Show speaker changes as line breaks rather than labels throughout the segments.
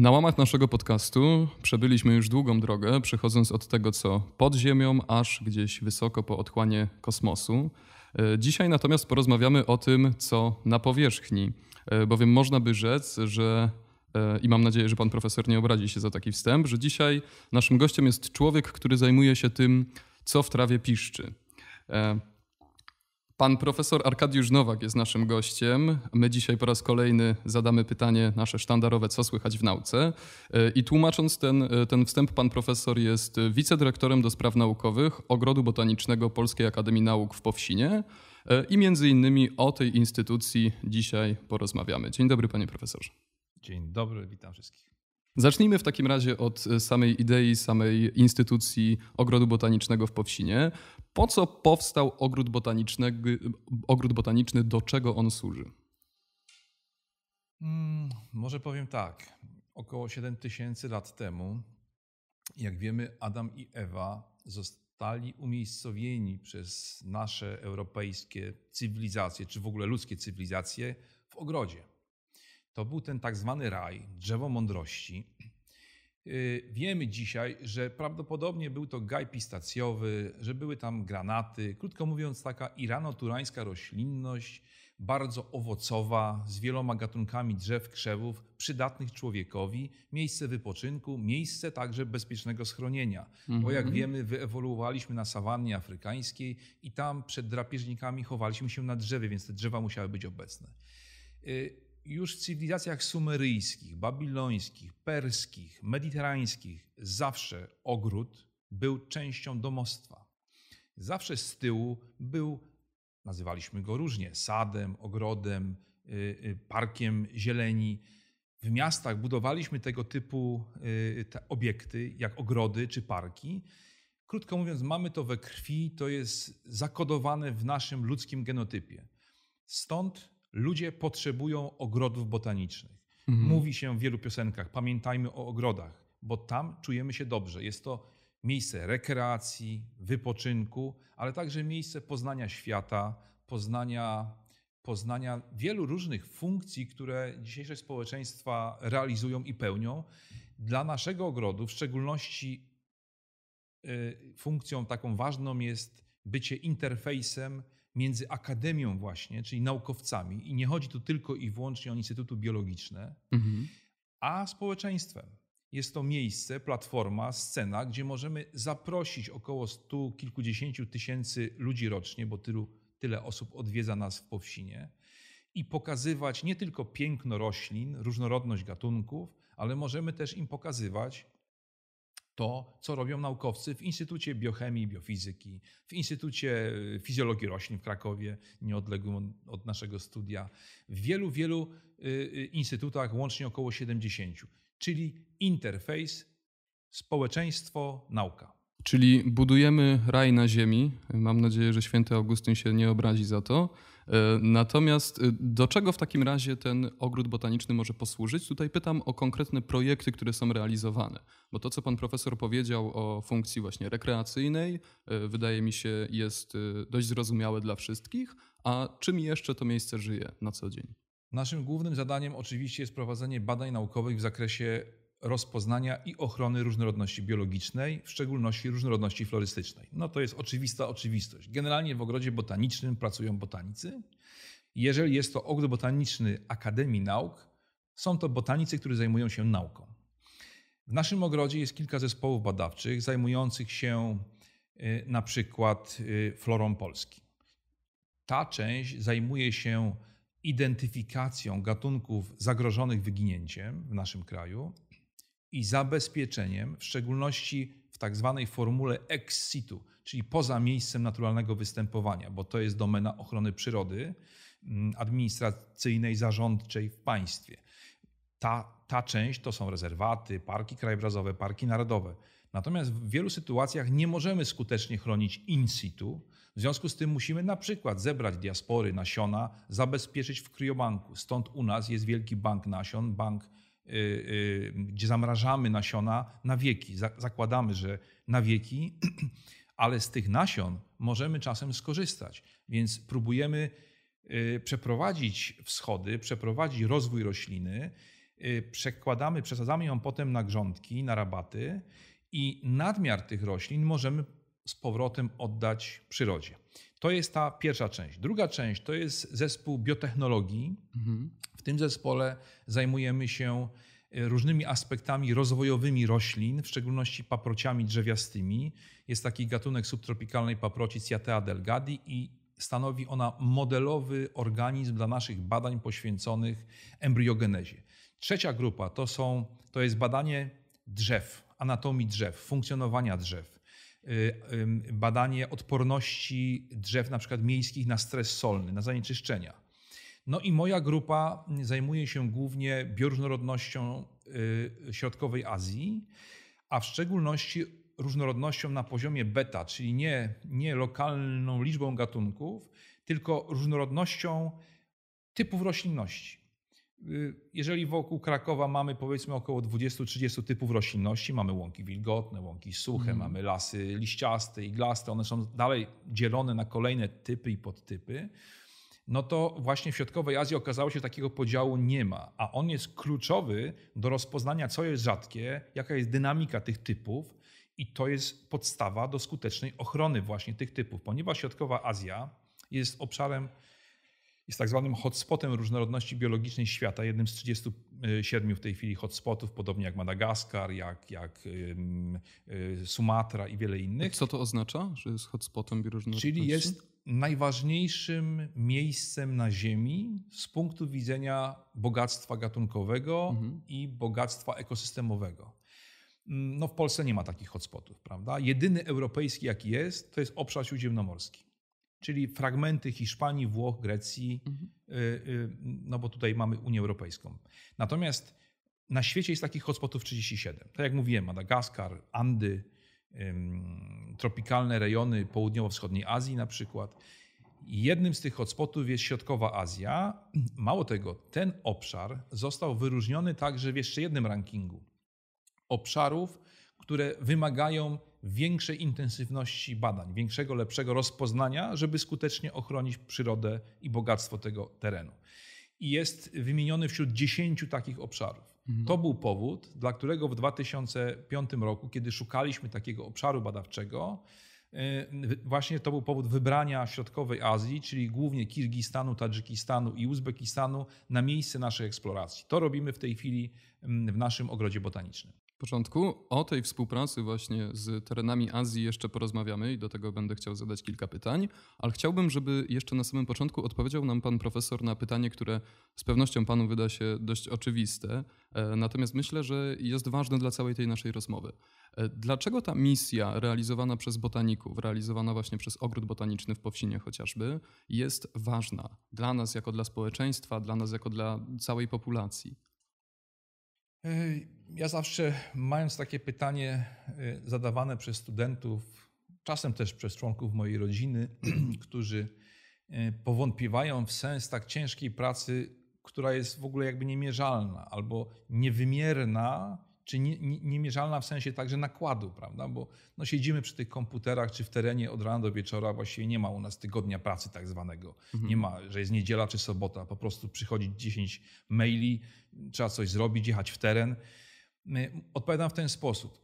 Na łamach naszego podcastu przebyliśmy już długą drogę, przechodząc od tego, co pod ziemią, aż gdzieś wysoko po otchłanie kosmosu. Dzisiaj natomiast porozmawiamy o tym, co na powierzchni, bowiem można by rzec, że, i mam nadzieję, że pan profesor nie obrazi się za taki wstęp, że dzisiaj naszym gościem jest człowiek, który zajmuje się tym, co w trawie piszczy. Pan profesor Arkadiusz Nowak jest naszym gościem. My dzisiaj po raz kolejny zadamy pytanie nasze sztandarowe, co słychać w nauce. I tłumacząc ten wstęp, pan profesor jest wicedyrektorem do spraw naukowych Ogrodu Botanicznego Polskiej Akademii Nauk w Powsinie i między innymi o tej instytucji dzisiaj porozmawiamy. Dzień dobry, panie profesorze.
Dzień dobry, witam wszystkich.
Zacznijmy w takim razie od samej idei, samej instytucji Ogrodu Botanicznego w Powsinie. Po co powstał ogród botaniczny, do czego on służy?
Może powiem tak. Około 7000 lat temu, jak wiemy, Adam i Ewa zostali umiejscowieni przez nasze europejskie cywilizacje, czy w ogóle ludzkie cywilizacje w ogrodzie. To był ten tak zwany raj, drzewo mądrości. Wiemy dzisiaj, że prawdopodobnie był to gaj pistacjowy, że były tam granaty. Krótko mówiąc, taka irano-turańska roślinność, bardzo owocowa, z wieloma gatunkami drzew, krzewów, przydatnych człowiekowi, miejsce wypoczynku, miejsce także bezpiecznego schronienia. Bo jak wiemy, wyewoluowaliśmy na sawannie afrykańskiej i tam przed drapieżnikami chowaliśmy się na drzewie, więc te drzewa musiały być obecne. Już w cywilizacjach sumeryjskich, babilońskich, perskich, mediterańskich zawsze ogród był częścią domostwa. Zawsze z tyłu był, nazywaliśmy go różnie, sadem, ogrodem, parkiem zieleni. W miastach budowaliśmy tego typu te obiekty, jak ogrody czy parki. Krótko mówiąc, mamy to we krwi, to jest zakodowane w naszym ludzkim genotypie. Stąd ludzie potrzebują ogrodów botanicznych. Mówi się w wielu piosenkach, pamiętajmy o ogrodach, bo tam czujemy się dobrze. Jest to miejsce rekreacji, wypoczynku, ale także miejsce poznania świata, poznania wielu różnych funkcji, które dzisiejsze społeczeństwa realizują i pełnią. Dla naszego ogrodu w szczególności funkcją taką ważną jest bycie interfejsem między akademią właśnie, czyli naukowcami, i nie chodzi tu tylko i wyłącznie o Instytuty Biologiczne, a społeczeństwem. Jest to miejsce, platforma, scena, gdzie możemy zaprosić około 100 kilkudziesięciu tysięcy ludzi rocznie, bo tyle osób odwiedza nas w Powsinie, i pokazywać nie tylko piękno roślin, różnorodność gatunków, ale możemy też im pokazywać to, co robią naukowcy w Instytucie Biochemii i Biofizyki, w Instytucie Fizjologii Roślin w Krakowie, nieodległym od naszego studia, w wielu instytutach, łącznie około 70. Czyli interfejs społeczeństwo-nauka.
Czyli budujemy raj na ziemi. Mam nadzieję, że święty Augustyn się nie obrazi za to. Natomiast do czego w takim razie ten ogród botaniczny może posłużyć? Tutaj pytam o konkretne projekty, które są realizowane. Bo to, co pan profesor powiedział o funkcji właśnie rekreacyjnej, wydaje mi się, jest dość zrozumiałe dla wszystkich. A czym jeszcze to miejsce żyje na co dzień?
Naszym głównym zadaniem oczywiście jest prowadzenie badań naukowych w zakresie rozpoznania i ochrony różnorodności biologicznej, w szczególności różnorodności florystycznej. No to jest oczywista oczywistość. Generalnie w ogrodzie botanicznym pracują botanicy. Jeżeli jest to ogród botaniczny Akademii Nauk, są to botanicy, którzy zajmują się nauką. W naszym ogrodzie jest kilka zespołów badawczych zajmujących się na przykład florą Polski. Ta część zajmuje się identyfikacją gatunków zagrożonych wyginięciem w naszym kraju i zabezpieczeniem, w szczególności w tak zwanej formule ex situ, czyli poza miejscem naturalnego występowania, bo to jest domena ochrony przyrody, administracyjnej, zarządczej w państwie. Ta część to są rezerwaty, parki krajobrazowe, parki narodowe. Natomiast w wielu sytuacjach nie możemy skutecznie chronić in situ. W związku z tym musimy na przykład zebrać diaspory, nasiona, zabezpieczyć w kryobanku. Stąd u nas jest wielki bank nasion, gdzie zamrażamy nasiona na wieki. Zakładamy, że na wieki, ale z tych nasion możemy czasem skorzystać. Więc próbujemy przeprowadzić wschody, przeprowadzić rozwój rośliny przesadzamy ją potem na grządki, na rabaty i nadmiar tych roślin możemy z powrotem oddać przyrodzie. To jest ta pierwsza część. Druga część to jest zespół biotechnologii. W tym zespole zajmujemy się różnymi aspektami rozwojowymi roślin, w szczególności paprociami drzewiastymi. Jest taki gatunek subtropikalnej paproci Cyathea delgadi i stanowi ona modelowy organizm dla naszych badań poświęconych embriogenezie. Trzecia grupa to jest badanie drzew, anatomii drzew, funkcjonowania drzew, badanie odporności drzew na przykład miejskich na stres solny, na zanieczyszczenia. No i moja grupa zajmuje się głównie bioróżnorodnością środkowej Azji, a w szczególności różnorodnością na poziomie beta, czyli nie lokalną liczbą gatunków, tylko różnorodnością typów roślinności. Jeżeli wokół Krakowa mamy powiedzmy około 20-30 typów roślinności, mamy łąki wilgotne, łąki suche, mamy lasy liściaste, iglaste, one są dalej dzielone na kolejne typy i podtypy, no to właśnie w Środkowej Azji okazało się, że takiego podziału nie ma, a on jest kluczowy do rozpoznania, co jest rzadkie, jaka jest dynamika tych typów i to jest podstawa do skutecznej ochrony właśnie tych typów, ponieważ Środkowa Azja jest tak zwanym hotspotem różnorodności biologicznej świata, jednym z 37 w tej chwili hotspotów, podobnie jak Madagaskar, jak Sumatra i wiele innych.
Co to oznacza, że jest hotspotem bioróżnorodności?
Czyli jest najważniejszym miejscem na Ziemi z punktu widzenia bogactwa gatunkowego i bogactwa ekosystemowego. No w Polsce nie ma takich hotspotów, prawda? Jedyny europejski jaki jest, to jest obszar śródziemnomorski. Czyli fragmenty Hiszpanii, Włoch, Grecji, no bo tutaj mamy Unię Europejską. Natomiast na świecie jest takich hotspotów 37. Tak jak mówiłem, Madagaskar, Andy, tropikalne rejony południowo-wschodniej Azji na przykład. Jednym z tych hotspotów jest Środkowa Azja. Mało tego, ten obszar został wyróżniony także w jeszcze jednym rankingu obszarów, które wymagają większej intensywności badań, większego, lepszego rozpoznania, żeby skutecznie ochronić przyrodę i bogactwo tego terenu. I jest wymieniony wśród 10 takich obszarów. To był powód, dla którego w 2005 roku, kiedy szukaliśmy takiego obszaru badawczego, właśnie to był powód wybrania Środkowej Azji, czyli głównie Kirgistanu, Tadżykistanu i Uzbekistanu na miejsce naszej eksploracji. To robimy w tej chwili w naszym ogrodzie botanicznym.
W porządku. O tej współpracy właśnie z terenami Azji jeszcze porozmawiamy i do tego będę chciał zadać kilka pytań, ale chciałbym, żeby jeszcze na samym początku odpowiedział nam pan profesor na pytanie, które z pewnością panu wyda się dość oczywiste, natomiast myślę, że jest ważne dla całej tej naszej rozmowy. Dlaczego ta misja realizowana przez botaników, realizowana właśnie przez Ogród Botaniczny w Powsinie chociażby, jest ważna dla nas jako dla społeczeństwa, dla nas jako dla całej populacji?
Ja zawsze, mając takie pytanie zadawane przez studentów, czasem też przez członków mojej rodziny, którzy powątpiewają w sens tak ciężkiej pracy, która jest w ogóle jakby niemierzalna albo niewymierna, czy niemierzalna w sensie także nakładu, prawda? Bo no siedzimy przy tych komputerach czy w terenie od rana do wieczora, właściwie nie ma u nas tygodnia pracy tak zwanego. Nie ma, że jest niedziela czy sobota, po prostu przychodzi 10 maili, trzeba coś zrobić, jechać w teren. Odpowiadam w ten sposób.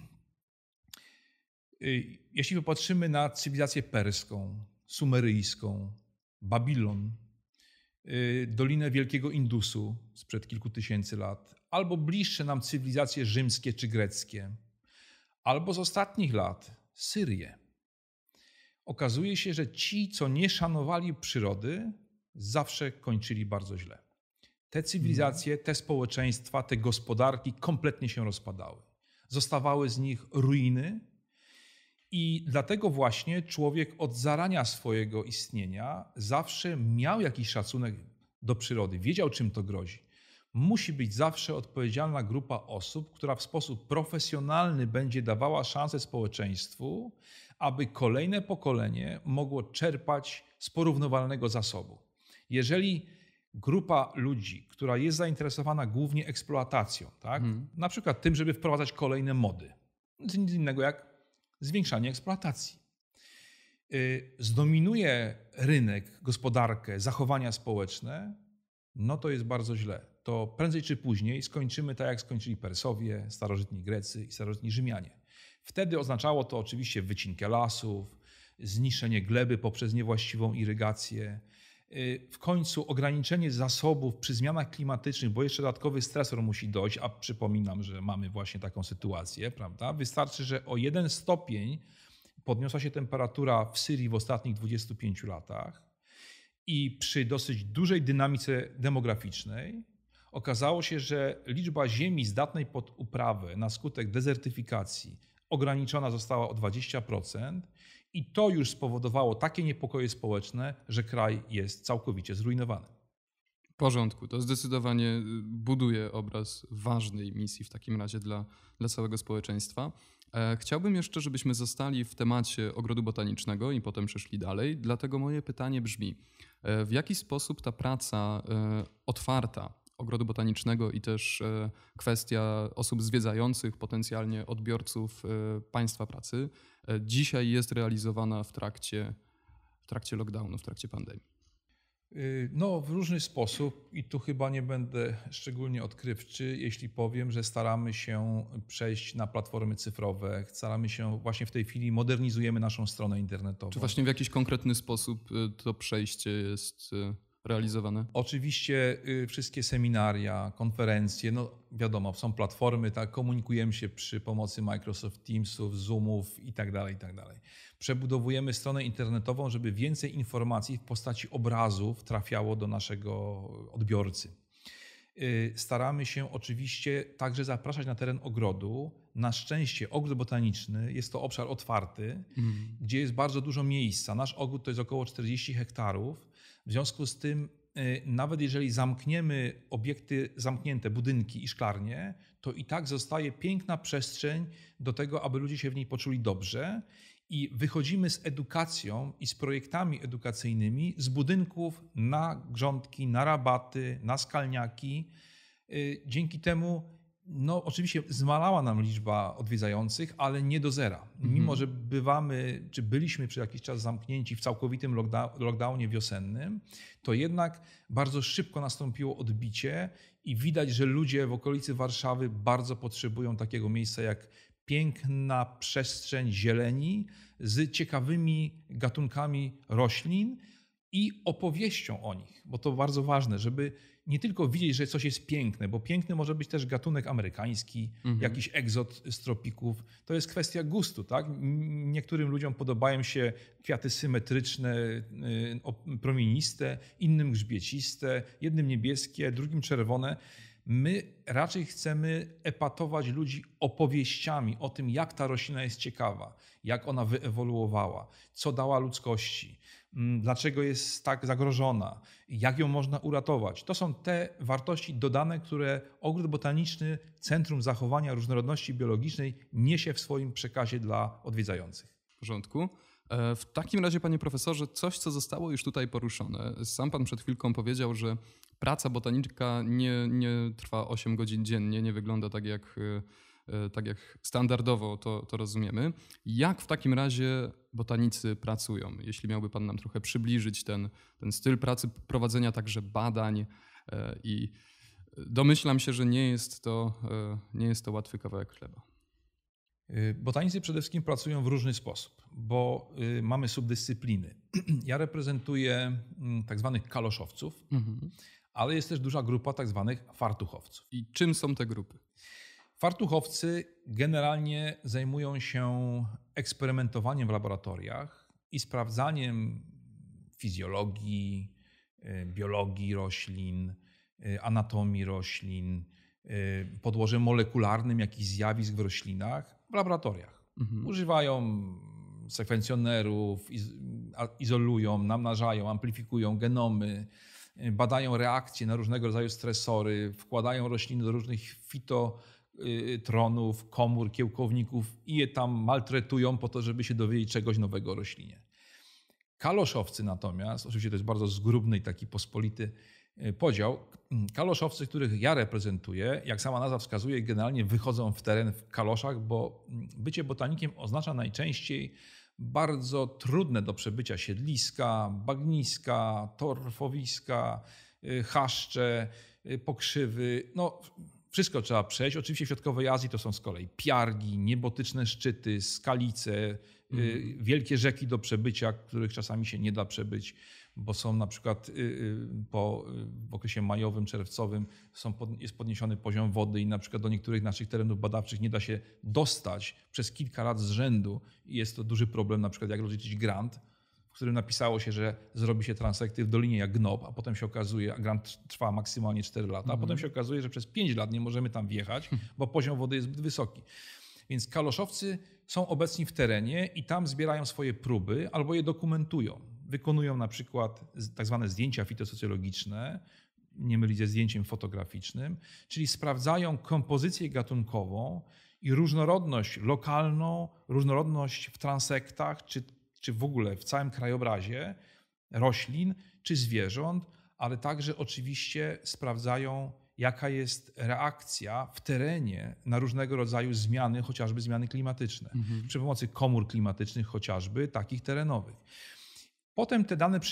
Jeśli popatrzymy na cywilizację perską, sumeryjską, Babilon, Dolinę Wielkiego Indusu sprzed kilku tysięcy lat, albo bliższe nam cywilizacje rzymskie czy greckie, albo z ostatnich lat Syrię. Okazuje się, że ci, co nie szanowali przyrody, zawsze kończyli bardzo źle. Te cywilizacje, te społeczeństwa, te gospodarki kompletnie się rozpadały. Zostawały z nich ruiny i dlatego właśnie człowiek od zarania swojego istnienia zawsze miał jakiś szacunek do przyrody, wiedział, czym to grozi. Musi być zawsze odpowiedzialna grupa osób, która w sposób profesjonalny będzie dawała szansę społeczeństwu, aby kolejne pokolenie mogło czerpać z porównywalnego zasobu. Jeżeli grupa ludzi, która jest zainteresowana głównie eksploatacją, tak? Na przykład tym, żeby wprowadzać kolejne mody, nic innego jak zwiększanie eksploatacji, zdominuje rynek, gospodarkę, zachowania społeczne, no to jest bardzo źle. to prędzej czy później skończymy tak, jak skończyli Persowie, starożytni Grecy i starożytni Rzymianie. Wtedy oznaczało to oczywiście wycinkę lasów, zniszczenie gleby poprzez niewłaściwą irygację, w końcu ograniczenie zasobów przy zmianach klimatycznych, bo jeszcze dodatkowy stresor musi dojść, a przypominam, że mamy właśnie taką sytuację, prawda? Wystarczy, że o 1 stopień podniosła się temperatura w Syrii w ostatnich 25 latach i przy dosyć dużej dynamice demograficznej okazało się, że liczba ziemi zdatnej pod uprawę na skutek dezertyfikacji ograniczona została o 20%. I to już spowodowało takie niepokoje społeczne, że kraj jest całkowicie zrujnowany.
W porządku. To zdecydowanie buduje obraz ważnej misji w takim razie dla całego społeczeństwa. Chciałbym jeszcze, żebyśmy zostali w temacie ogrodu botanicznego i potem przeszli dalej. Dlatego moje pytanie brzmi, w jaki sposób ta praca otwarta ogrodu botanicznego i też kwestia osób zwiedzających, potencjalnie odbiorców państwa pracy, dzisiaj jest realizowana w trakcie lockdownu, w trakcie pandemii?
No, w różny sposób i tu chyba nie będę szczególnie odkrywczy, jeśli powiem, że staramy się przejść na platformy cyfrowe, staramy się właśnie w tej chwili modernizujemy naszą stronę internetową.
Czy właśnie w jakiś konkretny sposób to przejście jest realizowane?
Oczywiście wszystkie seminaria, konferencje, no wiadomo, są platformy, tak, komunikujemy się przy pomocy Microsoft Teamsów, Zoomów itd. Przebudowujemy stronę internetową, żeby więcej informacji w postaci obrazów trafiało do naszego odbiorcy. Staramy się oczywiście także zapraszać na teren ogrodu. Na szczęście ogród botaniczny jest to obszar otwarty, gdzie jest bardzo dużo miejsca. Nasz ogród to jest około 40 hektarów. W związku z tym, nawet jeżeli zamkniemy obiekty zamknięte, budynki i szklarnie, to i tak zostaje piękna przestrzeń do tego, aby ludzie się w niej poczuli dobrze. I wychodzimy z edukacją i z projektami edukacyjnymi z budynków na grządki, na rabaty, na skalniaki. Dzięki temu no, oczywiście zmalała nam liczba odwiedzających, ale nie do zera. Mimo że byliśmy przez jakiś czas zamknięci w całkowitym lockdownie wiosennym, to jednak bardzo szybko nastąpiło odbicie i widać, że ludzie w okolicy Warszawy bardzo potrzebują takiego miejsca jak piękna przestrzeń zieleni z ciekawymi gatunkami roślin i opowieścią o nich, bo to bardzo ważne, żeby nie tylko widzieć, że coś jest piękne, bo piękny może być też gatunek amerykański, jakiś egzot z tropików. To jest kwestia gustu, tak? Niektórym ludziom podobają się kwiaty symetryczne, promieniste, innym grzbieciste, jednym niebieskie, drugim czerwone. My raczej chcemy epatować ludzi opowieściami o tym, jak ta roślina jest ciekawa, jak ona wyewoluowała, co dała ludzkości, dlaczego jest tak zagrożona, jak ją można uratować. To są te wartości dodane, które Ogród Botaniczny, Centrum Zachowania Różnorodności Biologicznej niesie w swoim przekazie dla odwiedzających.
W porządku. W takim razie, panie profesorze, coś, co zostało już tutaj poruszone. Sam pan przed chwilką powiedział, że praca botanika nie trwa 8 godzin dziennie, nie wygląda tak jak standardowo to rozumiemy. Jak w takim razie botanicy pracują? Jeśli miałby pan nam trochę przybliżyć ten styl pracy, prowadzenia także badań i domyślam się, że nie jest to łatwy kawałek chleba.
Botanicy przede wszystkim pracują w różny sposób, bo mamy subdyscypliny. Ja reprezentuję tak zwanych kaloszowców, ale jest też duża grupa tak zwanych fartuchowców.
I czym są te grupy?
Fartuchowcy generalnie zajmują się eksperymentowaniem w laboratoriach i sprawdzaniem fizjologii, biologii roślin, anatomii roślin, podłożem molekularnym jakichś zjawisk w roślinach w laboratoriach. Używają sekwencjonerów, izolują, namnażają, amplifikują genomy, badają reakcje na różnego rodzaju stresory, wkładają rośliny do różnych fitotronów, komór, kiełkowników i je tam maltretują po to, żeby się dowiedzieć czegoś nowego o roślinie. Kaloszowcy natomiast, oczywiście to jest bardzo zgrubny i taki pospolity podział, kaloszowcy, których ja reprezentuję, jak sama nazwa wskazuje, generalnie wychodzą w teren w kaloszach, bo bycie botanikiem oznacza najczęściej bardzo trudne do przebycia siedliska, bagniska, torfowiska, chaszcze, pokrzywy. No, wszystko trzeba przejść. Oczywiście w Środkowej Azji to są z kolei piargi, niebotyczne szczyty, skalice, wielkie rzeki do przebycia, których czasami się nie da przebyć, bo są na przykład w okresie majowym, czerwcowym jest podniesiony poziom wody i na przykład do niektórych naszych terenów badawczych nie da się dostać przez kilka lat z rzędu. I jest to duży problem, na przykład jak rozliczyć grant, w którym napisało się, że zrobi się transekty w dolinie jak Gnob, a potem się okazuje, a grant trwa maksymalnie 4 lata, a potem się okazuje, że przez 5 lat nie możemy tam wjechać, bo poziom wody jest zbyt wysoki. Więc kaloszowcy są obecni w terenie i tam zbierają swoje próby albo je dokumentują. Wykonują na przykład tak zwane zdjęcia fitosocjologiczne, nie mylić ze zdjęciem fotograficznym, czyli sprawdzają kompozycję gatunkową i różnorodność lokalną, różnorodność w transektach, czy w ogóle w całym krajobrazie roślin czy zwierząt, ale także oczywiście sprawdzają, jaka jest reakcja w terenie na różnego rodzaju zmiany, chociażby zmiany klimatyczne, przy pomocy komór klimatycznych chociażby, takich terenowych. Potem te dane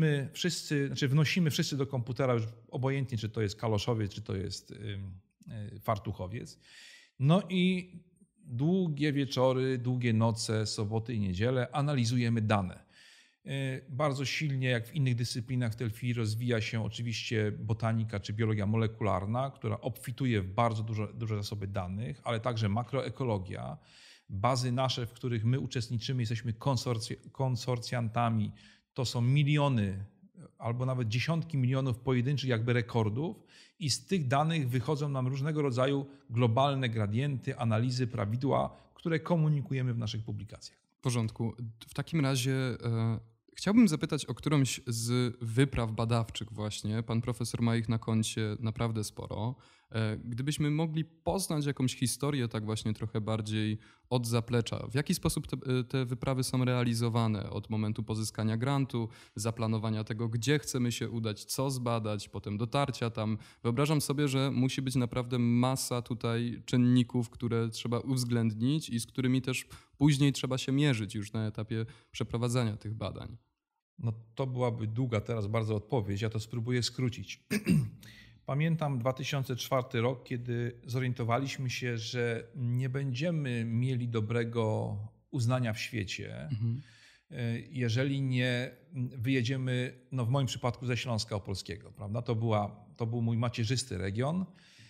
wnosimy wszyscy do komputera, już obojętnie czy to jest kaloszowiec, czy to jest fartuchowiec. No i długie wieczory, długie noce, soboty i niedziele analizujemy dane. Bardzo silnie, jak w innych dyscyplinach w tej chwili, rozwija się oczywiście botanika czy biologia molekularna, która obfituje w bardzo duże zasoby danych, ale także makroekologia. Bazy nasze, w których my uczestniczymy, jesteśmy konsorcjantami, to są miliony albo nawet dziesiątki milionów pojedynczych jakby rekordów i z tych danych wychodzą nam różnego rodzaju globalne gradienty, analizy, prawidła, które komunikujemy w naszych publikacjach.
W porządku. W takim razie chciałbym zapytać o którąś z wypraw badawczych właśnie. Pan profesor ma ich na koncie naprawdę sporo. Gdybyśmy mogli poznać jakąś historię tak właśnie trochę bardziej od zaplecza, w jaki sposób te wyprawy są realizowane od momentu pozyskania grantu, zaplanowania tego, gdzie chcemy się udać, co zbadać, potem dotarcia tam. Wyobrażam sobie, że musi być naprawdę masa tutaj czynników, które trzeba uwzględnić i z którymi też później trzeba się mierzyć już na etapie przeprowadzania tych badań.
No to byłaby długa teraz bardzo odpowiedź, ja to spróbuję skrócić. Pamiętam 2004 rok, kiedy zorientowaliśmy się, że nie będziemy mieli dobrego uznania w świecie, jeżeli nie wyjedziemy, no w moim przypadku ze Śląska Opolskiego. Prawda? To był mój macierzysty region,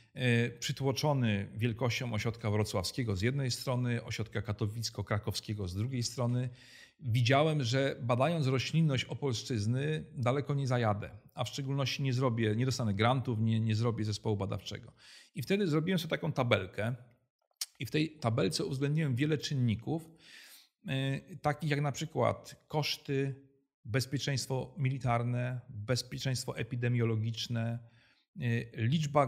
przytłoczony wielkością ośrodka wrocławskiego z jednej strony, ośrodka katowicko-krakowskiego z drugiej strony. Widziałem, że badając roślinność Opolszczyzny daleko nie zajadę, a w szczególności nie dostanę grantów, nie zrobię zespołu badawczego. I wtedy zrobiłem sobie taką tabelkę i w tej tabelce uwzględniłem wiele czynników, takich jak na przykład koszty, bezpieczeństwo militarne, bezpieczeństwo epidemiologiczne, liczba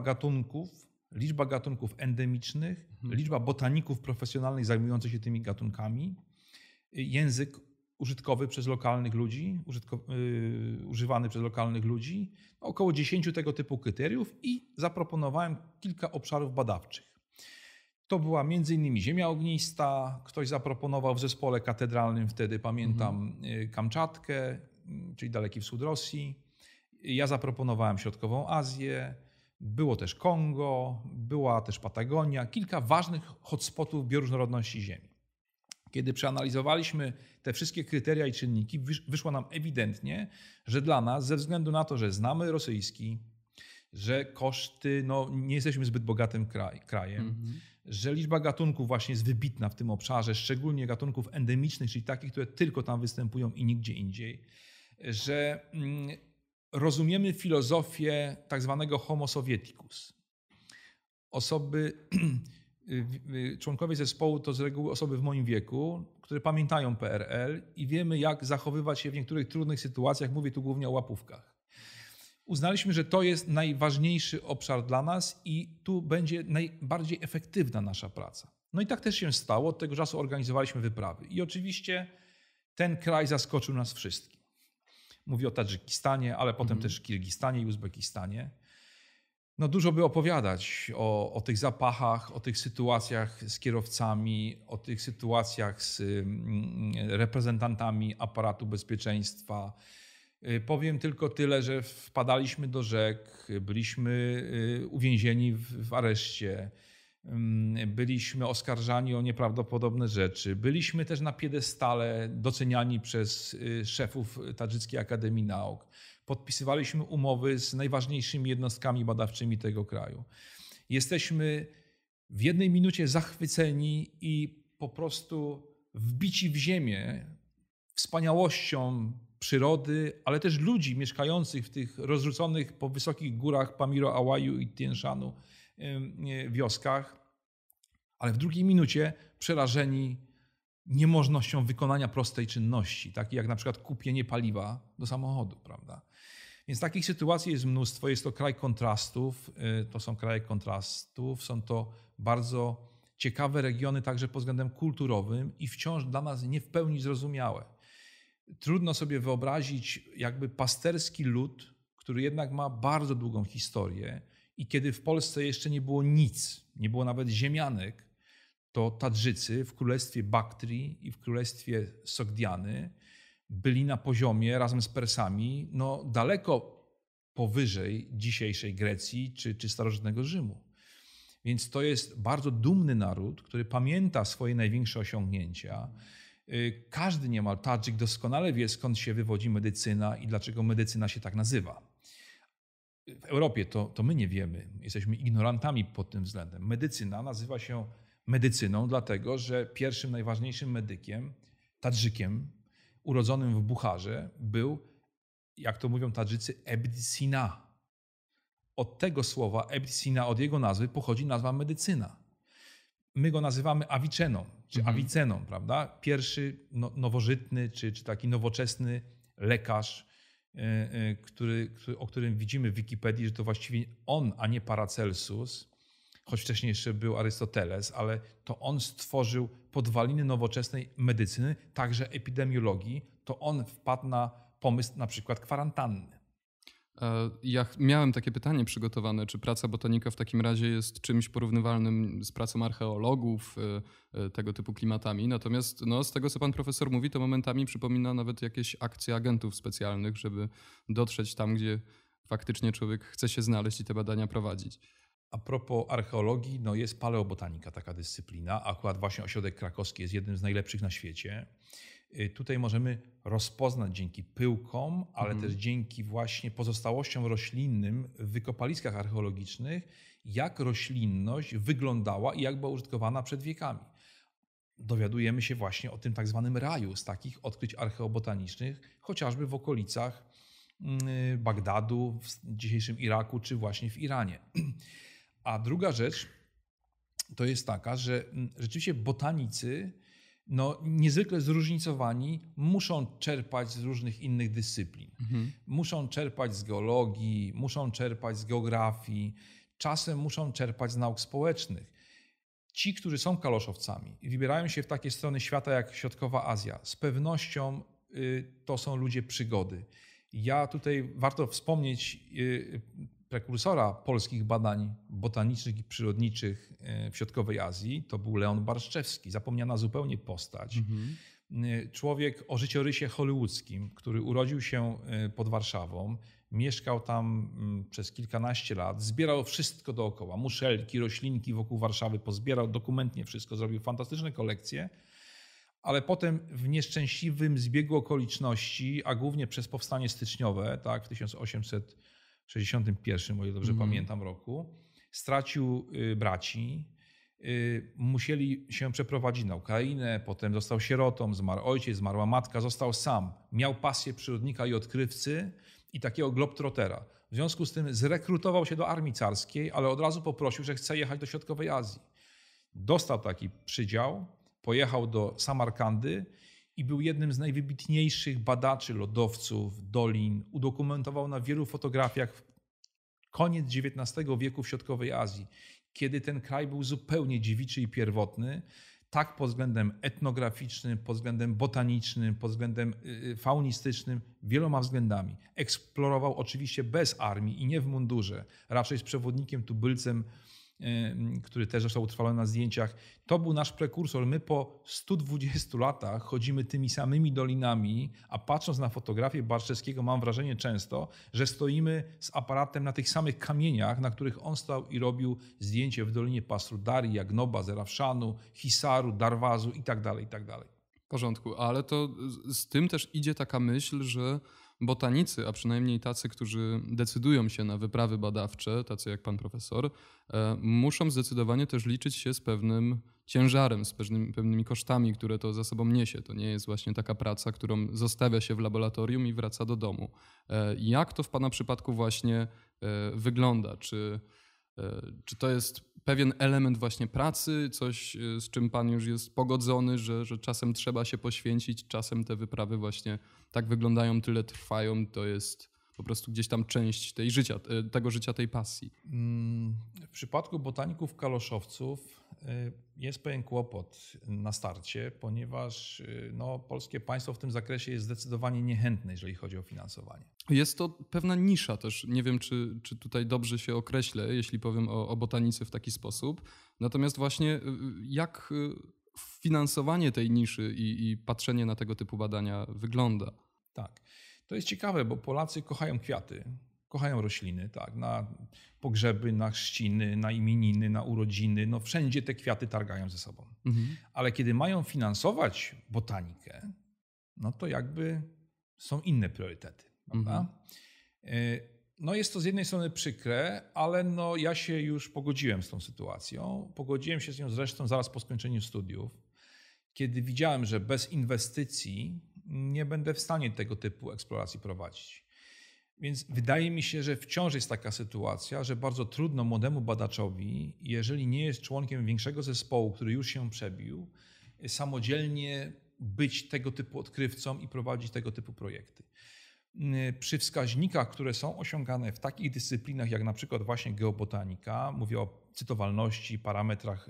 gatunków endemicznych, liczba botaników profesjonalnych zajmujących się tymi gatunkami, język użytkowy przez lokalnych ludzi, używany przez lokalnych ludzi, około 10 tego typu kryteriów i zaproponowałem kilka obszarów badawczych. To była m.in. ziemia ognista, ktoś zaproponował w zespole katedralnym wtedy, pamiętam, Kamczatkę, czyli Daleki Wschód Rosji. Ja zaproponowałem Środkową Azję, było też Kongo, była też Patagonia, kilka ważnych hotspotów bioróżnorodności Ziemi. Kiedy przeanalizowaliśmy te wszystkie kryteria i czynniki, wyszło nam ewidentnie, że dla nas, ze względu na to, że znamy rosyjski, że koszty, nie jesteśmy zbyt bogatym krajem, że liczba gatunków właśnie jest wybitna w tym obszarze, szczególnie gatunków endemicznych, czyli takich, które tylko tam występują i nigdzie indziej, że rozumiemy filozofię tak zwanego homo sovieticus. Członkowie zespołu to z reguły osoby w moim wieku, które pamiętają PRL i wiemy, jak zachowywać się w niektórych trudnych sytuacjach. Mówię tu głównie o łapówkach. Uznaliśmy, że to jest najważniejszy obszar dla nas i tu będzie najbardziej efektywna nasza praca. No i tak też się stało. Od tego czasu organizowaliśmy wyprawy. I oczywiście ten kraj zaskoczył nas wszystkich. Mówię o Tadżykistanie, ale potem też Kirgistanie i Uzbekistanie. No dużo by opowiadać o tych zapachach, o tych sytuacjach z kierowcami, o tych sytuacjach z reprezentantami aparatu bezpieczeństwa. Powiem tylko tyle, że wpadaliśmy do rzek, byliśmy uwięzieni w areszcie, byliśmy oskarżani o nieprawdopodobne rzeczy. Byliśmy też na piedestale doceniani przez szefów Tadżyckiej Akademii Nauk. Podpisywaliśmy umowy z najważniejszymi jednostkami badawczymi tego kraju. Jesteśmy w jednej minucie zachwyceni i po prostu wbici w ziemię wspaniałością przyrody, ale też ludzi mieszkających w tych rozrzuconych po wysokich górach Pamiro Ałaju i Tien Shanu wioskach, ale w drugiej minucie przerażeni niemożnością wykonania prostej czynności, takiej jak na przykład kupienie paliwa do samochodu, prawda? Więc takich sytuacji jest mnóstwo. Jest to kraj kontrastów, to są kraje kontrastów, są to bardzo ciekawe regiony także pod względem kulturowym i wciąż dla nas nie w pełni zrozumiałe. Trudno sobie wyobrazić jakby pasterski lud, który jednak ma bardzo długą historię i kiedy w Polsce jeszcze nie było nic, nie było nawet ziemianek, to Tadżycy w królestwie Baktrii i w królestwie Sogdiany byli na poziomie razem z Persami daleko powyżej dzisiejszej Grecji czy starożytnego Rzymu. Więc to jest bardzo dumny naród, który pamięta swoje największe osiągnięcia. Każdy niemal Tadżyk doskonale wie, skąd się wywodzi medycyna i dlaczego medycyna się tak nazywa. W Europie to my nie wiemy, jesteśmy ignorantami pod tym względem. Medycyna nazywa się medycyną dlatego, że pierwszym najważniejszym medykiem, Tadżykiem, urodzonym w Bucharze był, jak to mówią Tadżycy, Ebd Sina. Od tego słowa Ebd Sina, od jego nazwy pochodzi nazwa medycyna. My go nazywamy Avicenną, czy Avicenną, prawda? Pierwszy nowożytny, czy taki nowoczesny lekarz, o którym widzimy w Wikipedii, że to właściwie on, a nie Paracelsus, choć wcześniej jeszcze był Arystoteles, ale to on stworzył podwaliny nowoczesnej medycyny, także epidemiologii. To on wpadł na pomysł na przykład kwarantanny.
Ja miałem takie pytanie przygotowane, czy praca botanika w takim razie jest czymś porównywalnym z pracą archeologów, tego typu klimatami. Natomiast z tego, co pan profesor mówi, to momentami przypomina nawet jakieś akcje agentów specjalnych, żeby dotrzeć tam, gdzie faktycznie człowiek chce się znaleźć i te badania prowadzić.
A propos archeologii, jest paleobotanika, taka dyscyplina. Akurat właśnie ośrodek krakowski jest jednym z najlepszych na świecie. Tutaj możemy rozpoznać dzięki pyłkom, ale też dzięki właśnie pozostałościom roślinnym w wykopaliskach archeologicznych, jak roślinność wyglądała i jak była użytkowana przed wiekami. Dowiadujemy się właśnie o tym tak zwanym raju z takich odkryć archeobotanicznych, chociażby w okolicach Bagdadu, w dzisiejszym Iraku, czy właśnie w Iranie. A druga rzecz to jest taka, że rzeczywiście botanicy niezwykle zróżnicowani muszą czerpać z różnych innych dyscyplin. Muszą czerpać z geologii, muszą czerpać z geografii, czasem muszą czerpać z nauk społecznych. Ci, którzy są kaloszowcami i wybierają się w takie strony świata jak Środkowa Azja, z pewnością to są ludzie przygody. Ja tutaj warto wspomnieć prekursora polskich badań botanicznych i przyrodniczych w Środkowej Azji, to był Leon Barszczewski, zapomniana zupełnie postać. Człowiek o życiorysie hollywoodzkim, który urodził się pod Warszawą, mieszkał tam przez kilkanaście lat, zbierał wszystko dookoła, muszelki, roślinki wokół Warszawy, pozbierał dokumentnie wszystko, zrobił fantastyczne kolekcje, ale potem w nieszczęśliwym zbiegu okoliczności, a głównie przez powstanie styczniowe, tak, w 1861, o ile dobrze pamiętam, roku, stracił braci, musieli się przeprowadzić na Ukrainę, potem został sierotą, zmarł ojciec, zmarła matka, został sam. Miał pasję przyrodnika i odkrywcy i takiego globtrotera. W związku z tym zrekrutował się do armii carskiej, ale od razu poprosił, że chce jechać do Środkowej Azji. Dostał taki przydział, pojechał do Samarkandy i był jednym z najwybitniejszych badaczy lodowców, dolin. Udokumentował na wielu fotografiach koniec XIX wieku w Środkowej Azji, kiedy ten kraj był zupełnie dziewiczy i pierwotny, tak pod względem etnograficznym, pod względem botanicznym, pod względem faunistycznym, wieloma względami. Eksplorował oczywiście bez armii i nie w mundurze, raczej z przewodnikiem tubylcem który też został utrwalony na zdjęciach. To był nasz prekursor. My po 120 latach chodzimy tymi samymi dolinami, a patrząc na fotografię Barczewskiego mam wrażenie często, że stoimy z aparatem na tych samych kamieniach, na których on stał i robił zdjęcie w Dolinie Pasru Darii, Jagnoba, Zerawszanu, Hisaru, Darwazu itd.
W porządku, ale to z tym też idzie taka myśl, że botanicy, a przynajmniej tacy, którzy decydują się na wyprawy badawcze, tacy jak pan profesor, muszą zdecydowanie też liczyć się z pewnym ciężarem, z pewnymi kosztami, które to za sobą niesie. To nie jest właśnie taka praca, którą zostawia się w laboratorium i wraca do domu. Jak to w pana przypadku właśnie wygląda? Czy to jest pewien element właśnie pracy, coś, z czym pan już jest pogodzony, że czasem trzeba się poświęcić, czasem te wyprawy właśnie tak wyglądają, tyle trwają, to jest po prostu gdzieś tam część tego życia, tej pasji?
W przypadku botaników kaloszowców jest pewien kłopot na starcie, ponieważ polskie państwo w tym zakresie jest zdecydowanie niechętne, jeżeli chodzi o finansowanie.
Jest to pewna nisza też. Nie wiem, czy tutaj dobrze się określę, jeśli powiem o botanice w taki sposób. Natomiast właśnie jak finansowanie tej niszy i patrzenie na tego typu badania wygląda?
Tak, to jest ciekawe, bo Polacy kochają kwiaty, kochają rośliny, tak, na pogrzeby, na chrzciny, na imieniny, na urodziny, wszędzie te kwiaty targają ze sobą. Mhm. Ale kiedy mają finansować botanikę, to jakby są inne priorytety, prawda? Jest to z jednej strony przykre, ale ja się już pogodziłem z tą sytuacją. Pogodziłem się z nią zresztą zaraz po skończeniu studiów, kiedy widziałem, że bez inwestycji nie będę w stanie tego typu eksploracji prowadzić. Więc wydaje mi się, że wciąż jest taka sytuacja, że bardzo trudno młodemu badaczowi, jeżeli nie jest członkiem większego zespołu, który już się przebił, samodzielnie być tego typu odkrywcą i prowadzić tego typu projekty. Przy wskaźnikach, które są osiągane w takich dyscyplinach jak na przykład właśnie geobotanika, mówię o cytowalności, parametrach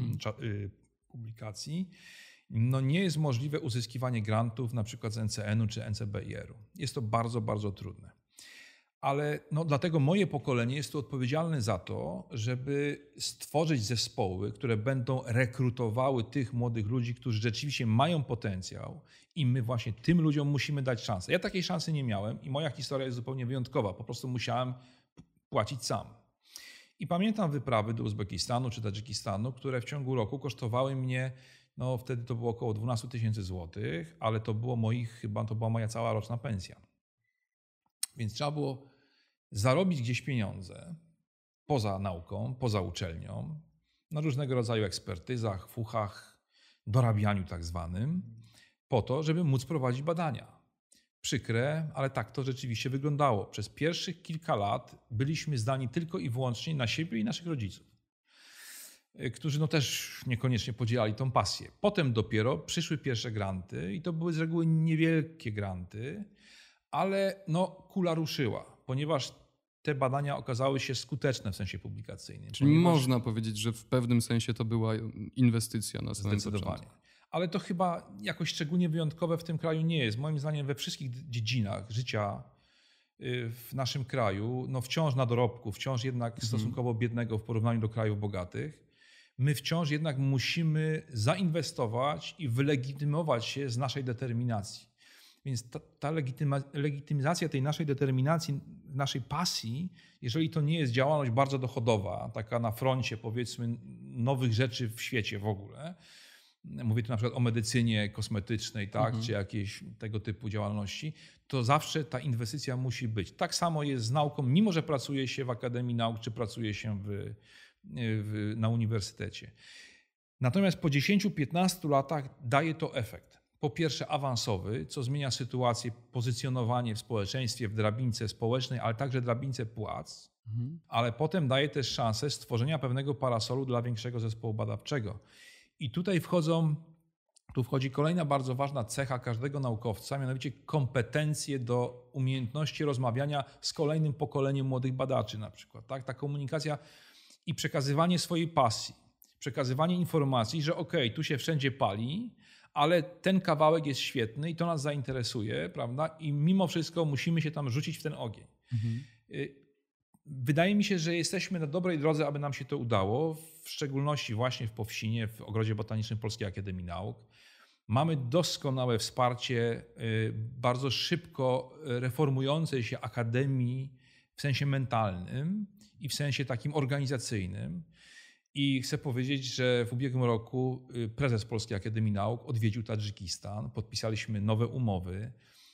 publikacji, nie jest możliwe uzyskiwanie grantów na przykład z NCN-u czy NCBIR-u. Jest to bardzo, bardzo trudne. Ale dlatego moje pokolenie jest tu odpowiedzialne za to, żeby stworzyć zespoły, które będą rekrutowały tych młodych ludzi, którzy rzeczywiście mają potencjał i my właśnie tym ludziom musimy dać szansę. Ja takiej szansy nie miałem i moja historia jest zupełnie wyjątkowa. Po prostu musiałem płacić sam. I pamiętam wyprawy do Uzbekistanu czy Tadżykistanu, które w ciągu roku kosztowały mnie, wtedy to było około 12 000 złotych, ale to była moja cała roczna pensja. Więc trzeba było zarobić gdzieś pieniądze poza nauką, poza uczelnią, na różnego rodzaju ekspertyzach, fuchach, dorabianiu tak zwanym, po to, żeby móc prowadzić badania. Przykre, ale tak to rzeczywiście wyglądało. Przez pierwszych kilka lat byliśmy zdani tylko i wyłącznie na siebie i naszych rodziców, którzy też niekoniecznie podzielali tą pasję. Potem dopiero przyszły pierwsze granty i to były z reguły niewielkie granty, ale kula ruszyła, ponieważ te badania okazały się skuteczne w sensie publikacyjnym.
Czyli można powiedzieć, że w pewnym sensie to była inwestycja na samym początku.
Ale to chyba jakoś szczególnie wyjątkowe w tym kraju nie jest. Moim zdaniem we wszystkich dziedzinach życia w naszym kraju, wciąż na dorobku, wciąż jednak stosunkowo biednego w porównaniu do krajów bogatych, my wciąż jednak musimy zainwestować i wylegitymować się z naszej determinacji. Więc ta legitymizacja tej naszej determinacji, naszej pasji, jeżeli to nie jest działalność bardzo dochodowa, taka na froncie powiedzmy nowych rzeczy w świecie w ogóle, mówię tu na przykład o medycynie kosmetycznej, tak, czy jakiejś tego typu działalności, to zawsze ta inwestycja musi być. Tak samo jest z nauką, mimo że pracuje się w Akademii Nauk, czy pracuje się na uniwersytecie. Natomiast po 10-15 latach daje to efekt. Po pierwsze awansowy, co zmienia sytuację, pozycjonowanie w społeczeństwie, w drabince społecznej, ale także drabince płac, ale potem daje też szansę stworzenia pewnego parasolu dla większego zespołu badawczego. I tutaj wchodzi kolejna bardzo ważna cecha każdego naukowca, mianowicie kompetencje do umiejętności rozmawiania z kolejnym pokoleniem młodych badaczy na przykład. Tak? Ta komunikacja i przekazywanie swojej pasji, przekazywanie informacji, że tu się wszędzie pali, ale ten kawałek jest świetny i to nas zainteresuje, prawda? I mimo wszystko musimy się tam rzucić w ten ogień. Wydaje mi się, że jesteśmy na dobrej drodze, aby nam się to udało, w szczególności właśnie w Powsinie, w Ogrodzie Botanicznym Polskiej Akademii Nauk. Mamy doskonałe wsparcie bardzo szybko reformującej się akademii w sensie mentalnym i w sensie takim organizacyjnym. I chcę powiedzieć, że w ubiegłym roku prezes Polskiej Akademii Nauk odwiedził Tadżykistan, podpisaliśmy nowe umowy.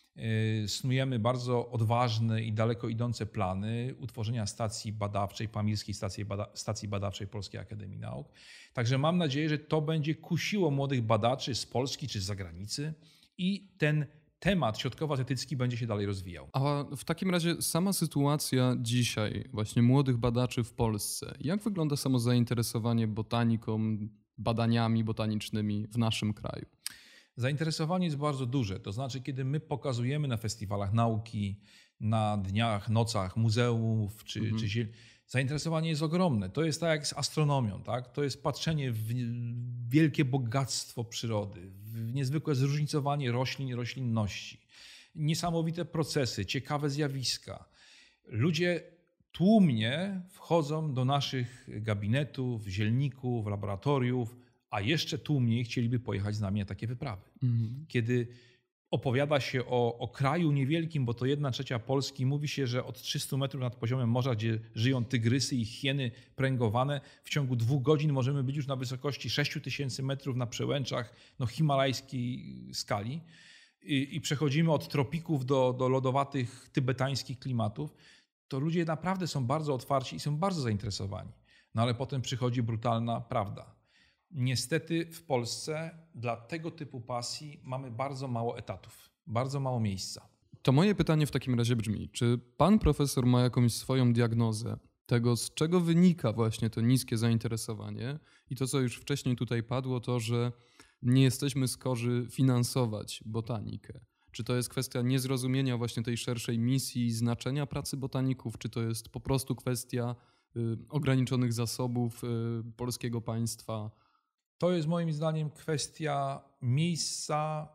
Snujemy bardzo odważne i daleko idące plany utworzenia stacji badawczej, Pamirskiej Stacji Badawczej Polskiej Akademii Nauk. Także mam nadzieję, że to będzie kusiło młodych badaczy z Polski czy z zagranicy i ten temat środkowoazjatycki będzie się dalej rozwijał.
A w takim razie sama sytuacja dzisiaj właśnie młodych badaczy w Polsce, jak wygląda samo zainteresowanie botaniką, badaniami botanicznymi w naszym kraju?
Zainteresowanie jest bardzo duże. To znaczy, kiedy my pokazujemy na festiwalach nauki, na dniach, nocach muzeów, zainteresowanie jest ogromne. To jest tak jak z astronomią. Tak? To jest patrzenie w wielkie bogactwo przyrody, w niezwykłe zróżnicowanie roślin i roślinności, niesamowite procesy, ciekawe zjawiska. Ludzie tłumnie wchodzą do naszych gabinetów, zielników, laboratoriów, a jeszcze tłumniej chcieliby pojechać z nami na takie wyprawy. Kiedy opowiada się o kraju niewielkim, bo to 1/3 Polski, mówi się, że od 300 metrów nad poziomem morza, gdzie żyją tygrysy i hieny pręgowane, w ciągu 2 godzin możemy być już na wysokości 6000 metrów na przełęczach himalajskiej skali i przechodzimy od tropików do lodowatych tybetańskich klimatów, to ludzie naprawdę są bardzo otwarci i są bardzo zainteresowani. No ale potem przychodzi brutalna prawda. Niestety w Polsce dla tego typu pasji mamy bardzo mało etatów, bardzo mało miejsca.
To moje pytanie w takim razie brzmi, czy pan profesor ma jakąś swoją diagnozę tego, z czego wynika właśnie to niskie zainteresowanie i to, co już wcześniej tutaj padło, to, że nie jesteśmy skorzy finansować botanikę? Czy to jest kwestia niezrozumienia właśnie tej szerszej misji i znaczenia pracy botaników, czy to jest po prostu kwestia ograniczonych zasobów polskiego państwa?
To jest moim zdaniem kwestia miejsca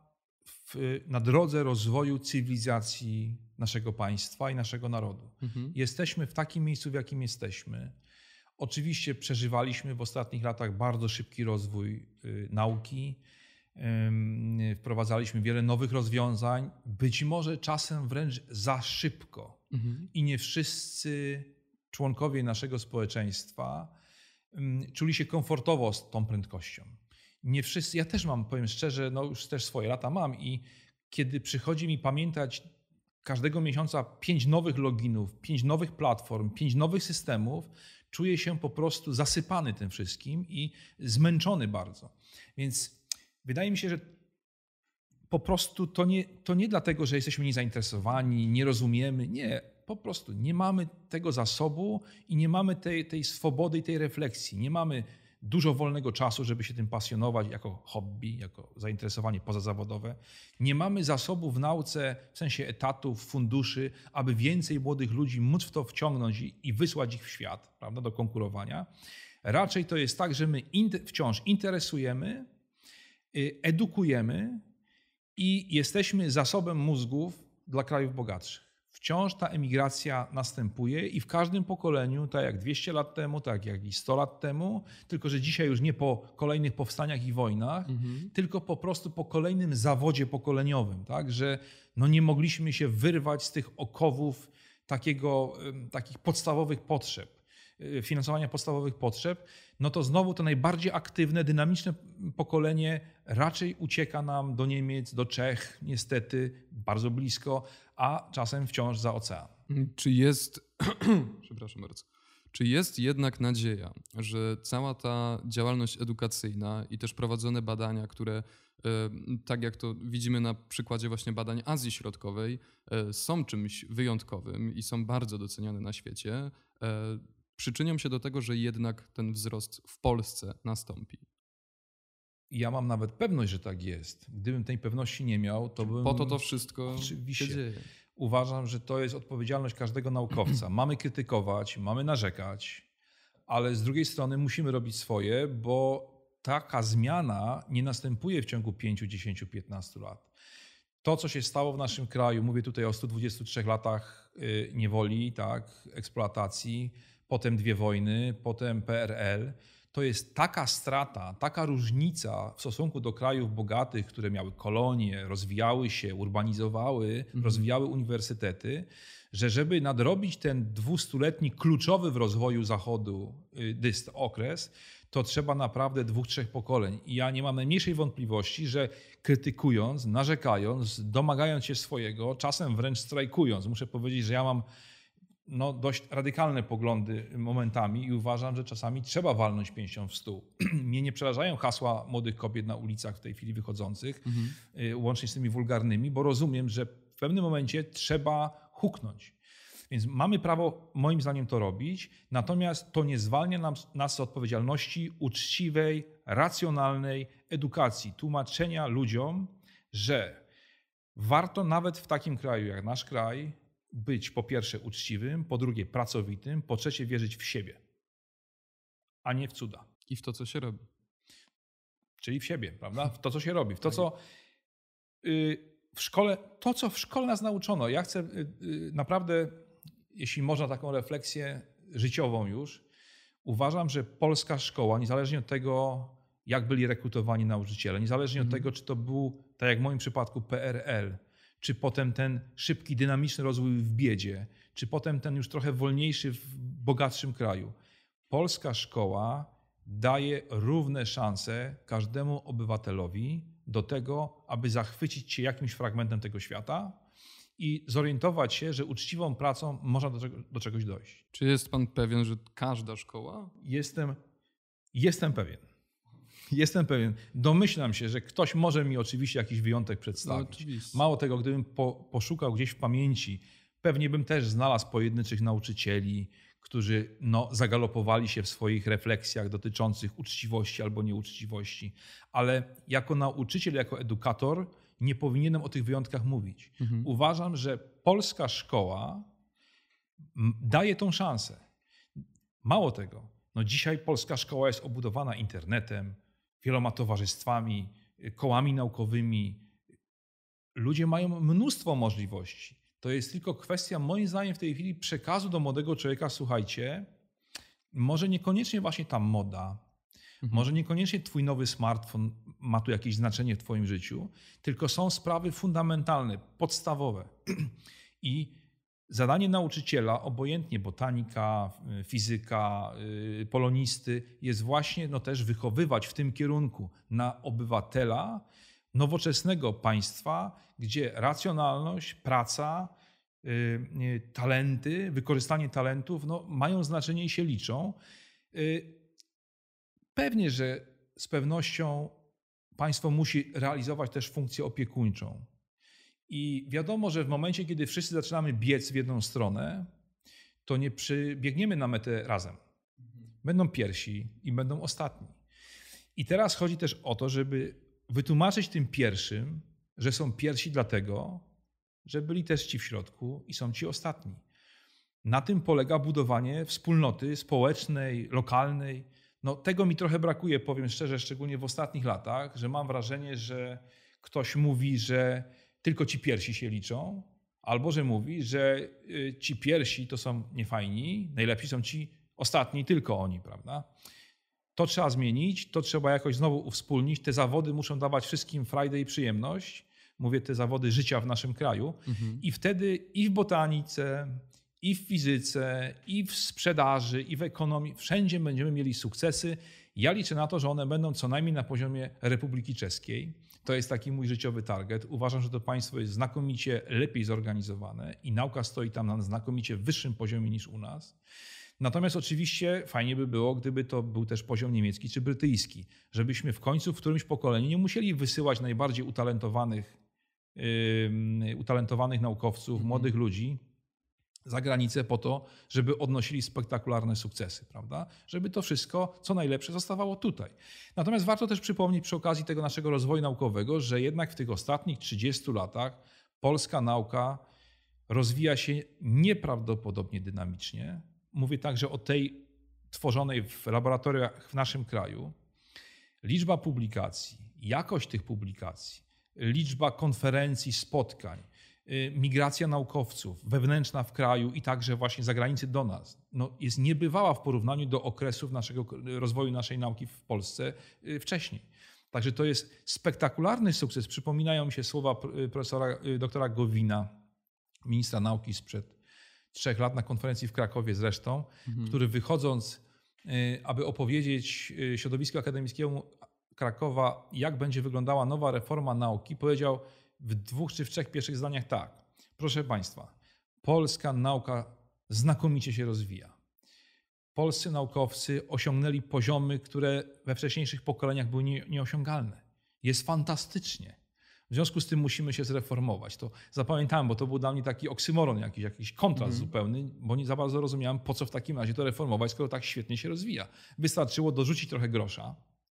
na drodze rozwoju cywilizacji naszego państwa i naszego narodu. Jesteśmy w takim miejscu, w jakim jesteśmy. Oczywiście przeżywaliśmy w ostatnich latach bardzo szybki rozwój nauki. Wprowadzaliśmy wiele nowych rozwiązań, być może czasem wręcz za szybko. I nie wszyscy członkowie naszego społeczeństwa czuli się komfortowo z tą prędkością. Nie wszyscy, ja też mam, powiem szczerze, no już też swoje lata mam i kiedy przychodzi mi pamiętać każdego miesiąca 5 nowych loginów, 5 nowych platform, 5 nowych systemów, czuję się po prostu zasypany tym wszystkim i zmęczony bardzo. Więc wydaje mi się, że po prostu to nie dlatego, że jesteśmy niezainteresowani, nie rozumiemy. Nie, po prostu nie mamy tego zasobu i nie mamy tej swobody i tej refleksji. Nie mamy dużo wolnego czasu, żeby się tym pasjonować jako hobby, jako zainteresowanie pozazawodowe. Nie mamy zasobu w nauce, w sensie etatów, funduszy, aby więcej młodych ludzi móc w to wciągnąć i wysłać ich w świat, prawda, do konkurowania. Raczej to jest tak, że my wciąż interesujemy, edukujemy i jesteśmy zasobem mózgów dla krajów bogatszych. Wciąż ta emigracja następuje i w każdym pokoleniu, tak jak 200 lat temu, tak jak i 100 lat temu, tylko że dzisiaj już nie po kolejnych powstaniach i wojnach, tylko po prostu po kolejnym zawodzie pokoleniowym, tak? Że no nie mogliśmy się wyrwać z tych okowów takich podstawowych potrzeb, finansowania podstawowych potrzeb, no to znowu to najbardziej aktywne, dynamiczne pokolenie raczej ucieka nam do Niemiec, do Czech, niestety bardzo blisko, a czasem wciąż za ocean.
Czy jest, przepraszam bardzo, czy jest jednak nadzieja, że cała ta działalność edukacyjna i też prowadzone badania, które tak jak to widzimy na przykładzie właśnie badań Azji Środkowej, są czymś wyjątkowym i są bardzo doceniane na świecie, przyczynią się do tego, że jednak ten wzrost w Polsce nastąpi?
Ja mam nawet pewność, że tak jest. Gdybym tej pewności nie miał, to bym...
Po to wszystko się dzieje.
Uważam, że to jest odpowiedzialność każdego naukowca. Mamy krytykować, mamy narzekać, ale z drugiej strony musimy robić swoje, bo taka zmiana nie następuje w ciągu 5, 10, 15 lat. To, co się stało w naszym kraju, mówię tutaj o 123 latach niewoli, tak, eksploatacji, potem 2 wojny, potem PRL, to jest taka strata, taka różnica w stosunku do krajów bogatych, które miały kolonie, rozwijały się, urbanizowały, rozwijały uniwersytety, że żeby nadrobić ten 200-letni kluczowy w rozwoju Zachodu okres, to trzeba naprawdę 2-3 pokoleń. I ja nie mam najmniejszej wątpliwości, że krytykując, narzekając, domagając się swojego, czasem wręcz strajkując, muszę powiedzieć, że ja mam dość radykalne poglądy momentami i uważam, że czasami trzeba walnąć pięścią w stół. Mnie nie przerażają hasła młodych kobiet na ulicach w tej chwili wychodzących, łącznie z tymi wulgarnymi, bo rozumiem, że w pewnym momencie trzeba huknąć. Więc mamy prawo, moim zdaniem, to robić, natomiast to nie zwalnia nas z odpowiedzialności uczciwej, racjonalnej edukacji, tłumaczenia ludziom, że warto nawet w takim kraju jak nasz kraj być po pierwsze uczciwym, po drugie pracowitym, po trzecie wierzyć w siebie, a nie w cuda.
I w to, co się robi.
Czyli w siebie, prawda? W to, co się robi, w to, co w szkole, to, co w szkole nas nauczono. Ja chcę naprawdę, jeśli można, taką refleksję życiową już. Uważam, że polska szkoła, niezależnie od tego, jak byli rekrutowani nauczyciele, niezależnie od tego, czy to był, tak jak w moim przypadku, PRL, czy potem ten szybki, dynamiczny rozwój w biedzie, czy potem ten już trochę wolniejszy w bogatszym kraju. Polska szkoła daje równe szanse każdemu obywatelowi do tego, aby zachwycić się jakimś fragmentem tego świata i zorientować się, że uczciwą pracą można do czegoś dojść.
Czy jest pan pewien, że każda szkoła?
Jestem pewien. Jestem pewien. Domyślam się, że ktoś może mi oczywiście jakiś wyjątek przedstawić.
No,
mało tego, gdybym poszukał gdzieś w pamięci, pewnie bym też znalazł pojedynczych nauczycieli, którzy zagalopowali się w swoich refleksjach dotyczących uczciwości albo nieuczciwości. Ale jako nauczyciel, jako edukator nie powinienem o tych wyjątkach mówić. Uważam, że polska szkoła daje tą szansę. Mało tego, dzisiaj polska szkoła jest obudowana internetem, wieloma towarzystwami, kołami naukowymi. Ludzie mają mnóstwo możliwości. To jest tylko kwestia, moim zdaniem, w tej chwili przekazu do młodego człowieka. Słuchajcie, może niekoniecznie właśnie ta moda, może niekoniecznie twój nowy smartfon ma tu jakieś znaczenie w twoim życiu, tylko są sprawy fundamentalne, podstawowe. I zadanie nauczyciela, obojętnie botanika, fizyka, polonisty, jest właśnie też wychowywać w tym kierunku na obywatela nowoczesnego państwa, gdzie racjonalność, praca, talenty, wykorzystanie talentów mają znaczenie i się liczą. Pewnie, że z pewnością państwo musi realizować też funkcję opiekuńczą. I wiadomo, że w momencie, kiedy wszyscy zaczynamy biec w jedną stronę, to nie przybiegniemy na metę razem. Będą pierwsi i będą ostatni. I teraz chodzi też o to, żeby wytłumaczyć tym pierwszym, że są pierwsi dlatego, że byli też ci w środku i są ci ostatni. Na tym polega budowanie wspólnoty społecznej, lokalnej. Tego mi trochę brakuje, powiem szczerze, szczególnie w ostatnich latach, że mam wrażenie, że ktoś mówi, że tylko ci pierwsi się liczą, albo że mówi, że ci pierwsi to są niefajni, najlepsi są ci ostatni, tylko oni, prawda? To trzeba zmienić, to trzeba jakoś znowu uwspólnić. Te zawody muszą dawać wszystkim frajdę i przyjemność. Mówię, te zawody życia w naszym kraju. I wtedy i w botanice, i w fizyce, i w sprzedaży, i w ekonomii, wszędzie będziemy mieli sukcesy. Ja liczę na to, że one będą co najmniej na poziomie Republiki Czeskiej. To jest taki mój życiowy target. Uważam, że to państwo jest znakomicie lepiej zorganizowane i nauka stoi tam na znakomicie wyższym poziomie niż u nas. Natomiast oczywiście fajnie by było, gdyby to był też poziom niemiecki czy brytyjski, żebyśmy w końcu w którymś pokoleniu nie musieli wysyłać najbardziej utalentowanych naukowców, młodych ludzi za granicę po to, żeby odnosili spektakularne sukcesy, prawda? Żeby to wszystko, co najlepsze, zostawało tutaj. Natomiast warto też przypomnieć przy okazji tego naszego rozwoju naukowego, że jednak w tych ostatnich 30 latach polska nauka rozwija się nieprawdopodobnie dynamicznie. Mówię także o tej tworzonej w laboratoriach w naszym kraju. Liczba publikacji, jakość tych publikacji, liczba konferencji, spotkań, migracja naukowców wewnętrzna w kraju i także właśnie za granicy do nas jest niebywała w porównaniu do okresów rozwoju naszej nauki w Polsce wcześniej. Także to jest spektakularny sukces. Przypominają mi się słowa doktora Gowina, ministra nauki sprzed 3 lat na konferencji w Krakowie zresztą, który wychodząc, aby opowiedzieć środowisku akademickiemu Krakowa, jak będzie wyglądała nowa reforma nauki, powiedział w 2 czy w 3 pierwszych zdaniach tak. Proszę Państwa, polska nauka znakomicie się rozwija. Polscy naukowcy osiągnęli poziomy, które we wcześniejszych pokoleniach były nieosiągalne. Jest fantastycznie. W związku z tym musimy się zreformować. To zapamiętałem, bo to był dla mnie taki oksymoron, jakiś kontrast zupełny, bo nie za bardzo rozumiałem, po co w takim razie to reformować, skoro tak świetnie się rozwija. Wystarczyło dorzucić trochę grosza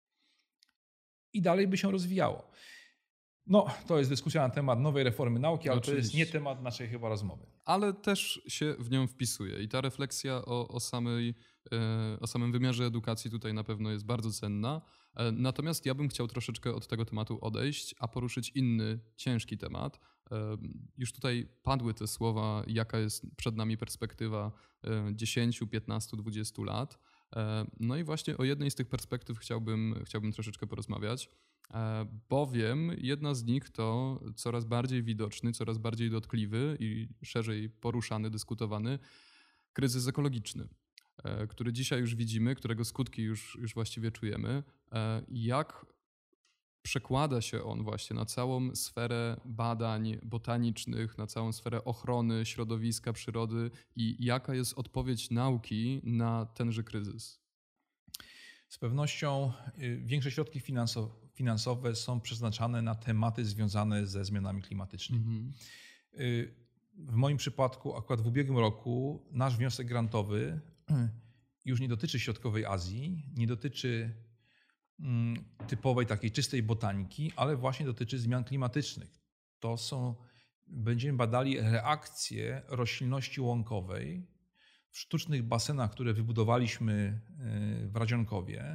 i dalej by się rozwijało. To jest dyskusja na temat nowej reformy nauki, ale oczywiście. To jest nie temat naszej chyba rozmowy.
Ale też się w nią wpisuje i ta refleksja o samym wymiarze edukacji tutaj na pewno jest bardzo cenna. Natomiast ja bym chciał troszeczkę od tego tematu odejść, a poruszyć inny, ciężki temat. Już tutaj padły te słowa, jaka jest przed nami perspektywa 10, 15, 20 lat. No i właśnie o jednej z tych perspektyw chciałbym troszeczkę porozmawiać, bowiem jedna z nich to coraz bardziej widoczny, coraz bardziej dotkliwy i szerzej poruszany, dyskutowany kryzys ekologiczny, który dzisiaj już widzimy, którego skutki już właściwie czujemy. Jak przekłada się on właśnie na całą sferę badań botanicznych, na całą sferę ochrony środowiska, przyrody i jaka jest odpowiedź nauki na tenże kryzys?
Z pewnością większe środki finansowe są przeznaczane na tematy związane ze zmianami klimatycznymi. W moim przypadku akurat w ubiegłym roku nasz wniosek grantowy już nie dotyczy Środkowej Azji, nie dotyczy typowej takiej czystej botaniki, ale właśnie dotyczy zmian klimatycznych. Będziemy badali reakcję roślinności łąkowej w sztucznych basenach, które wybudowaliśmy w Radzionkowie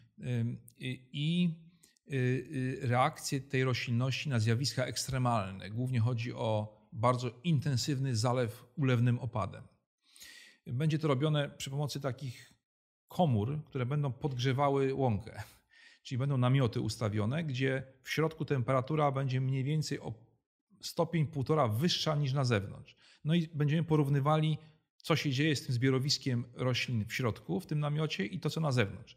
i reakcję tej roślinności na zjawiska ekstremalne. Głównie chodzi o bardzo intensywny zalew ulewnym opadem. Będzie to robione przy pomocy takich komór, które będą podgrzewały łąkę. Czyli będą namioty ustawione, gdzie w środku temperatura będzie mniej więcej o 1,5 wyższa niż na zewnątrz. No i będziemy porównywali, co się dzieje z tym zbiorowiskiem roślin w środku, w tym namiocie i to, co na zewnątrz.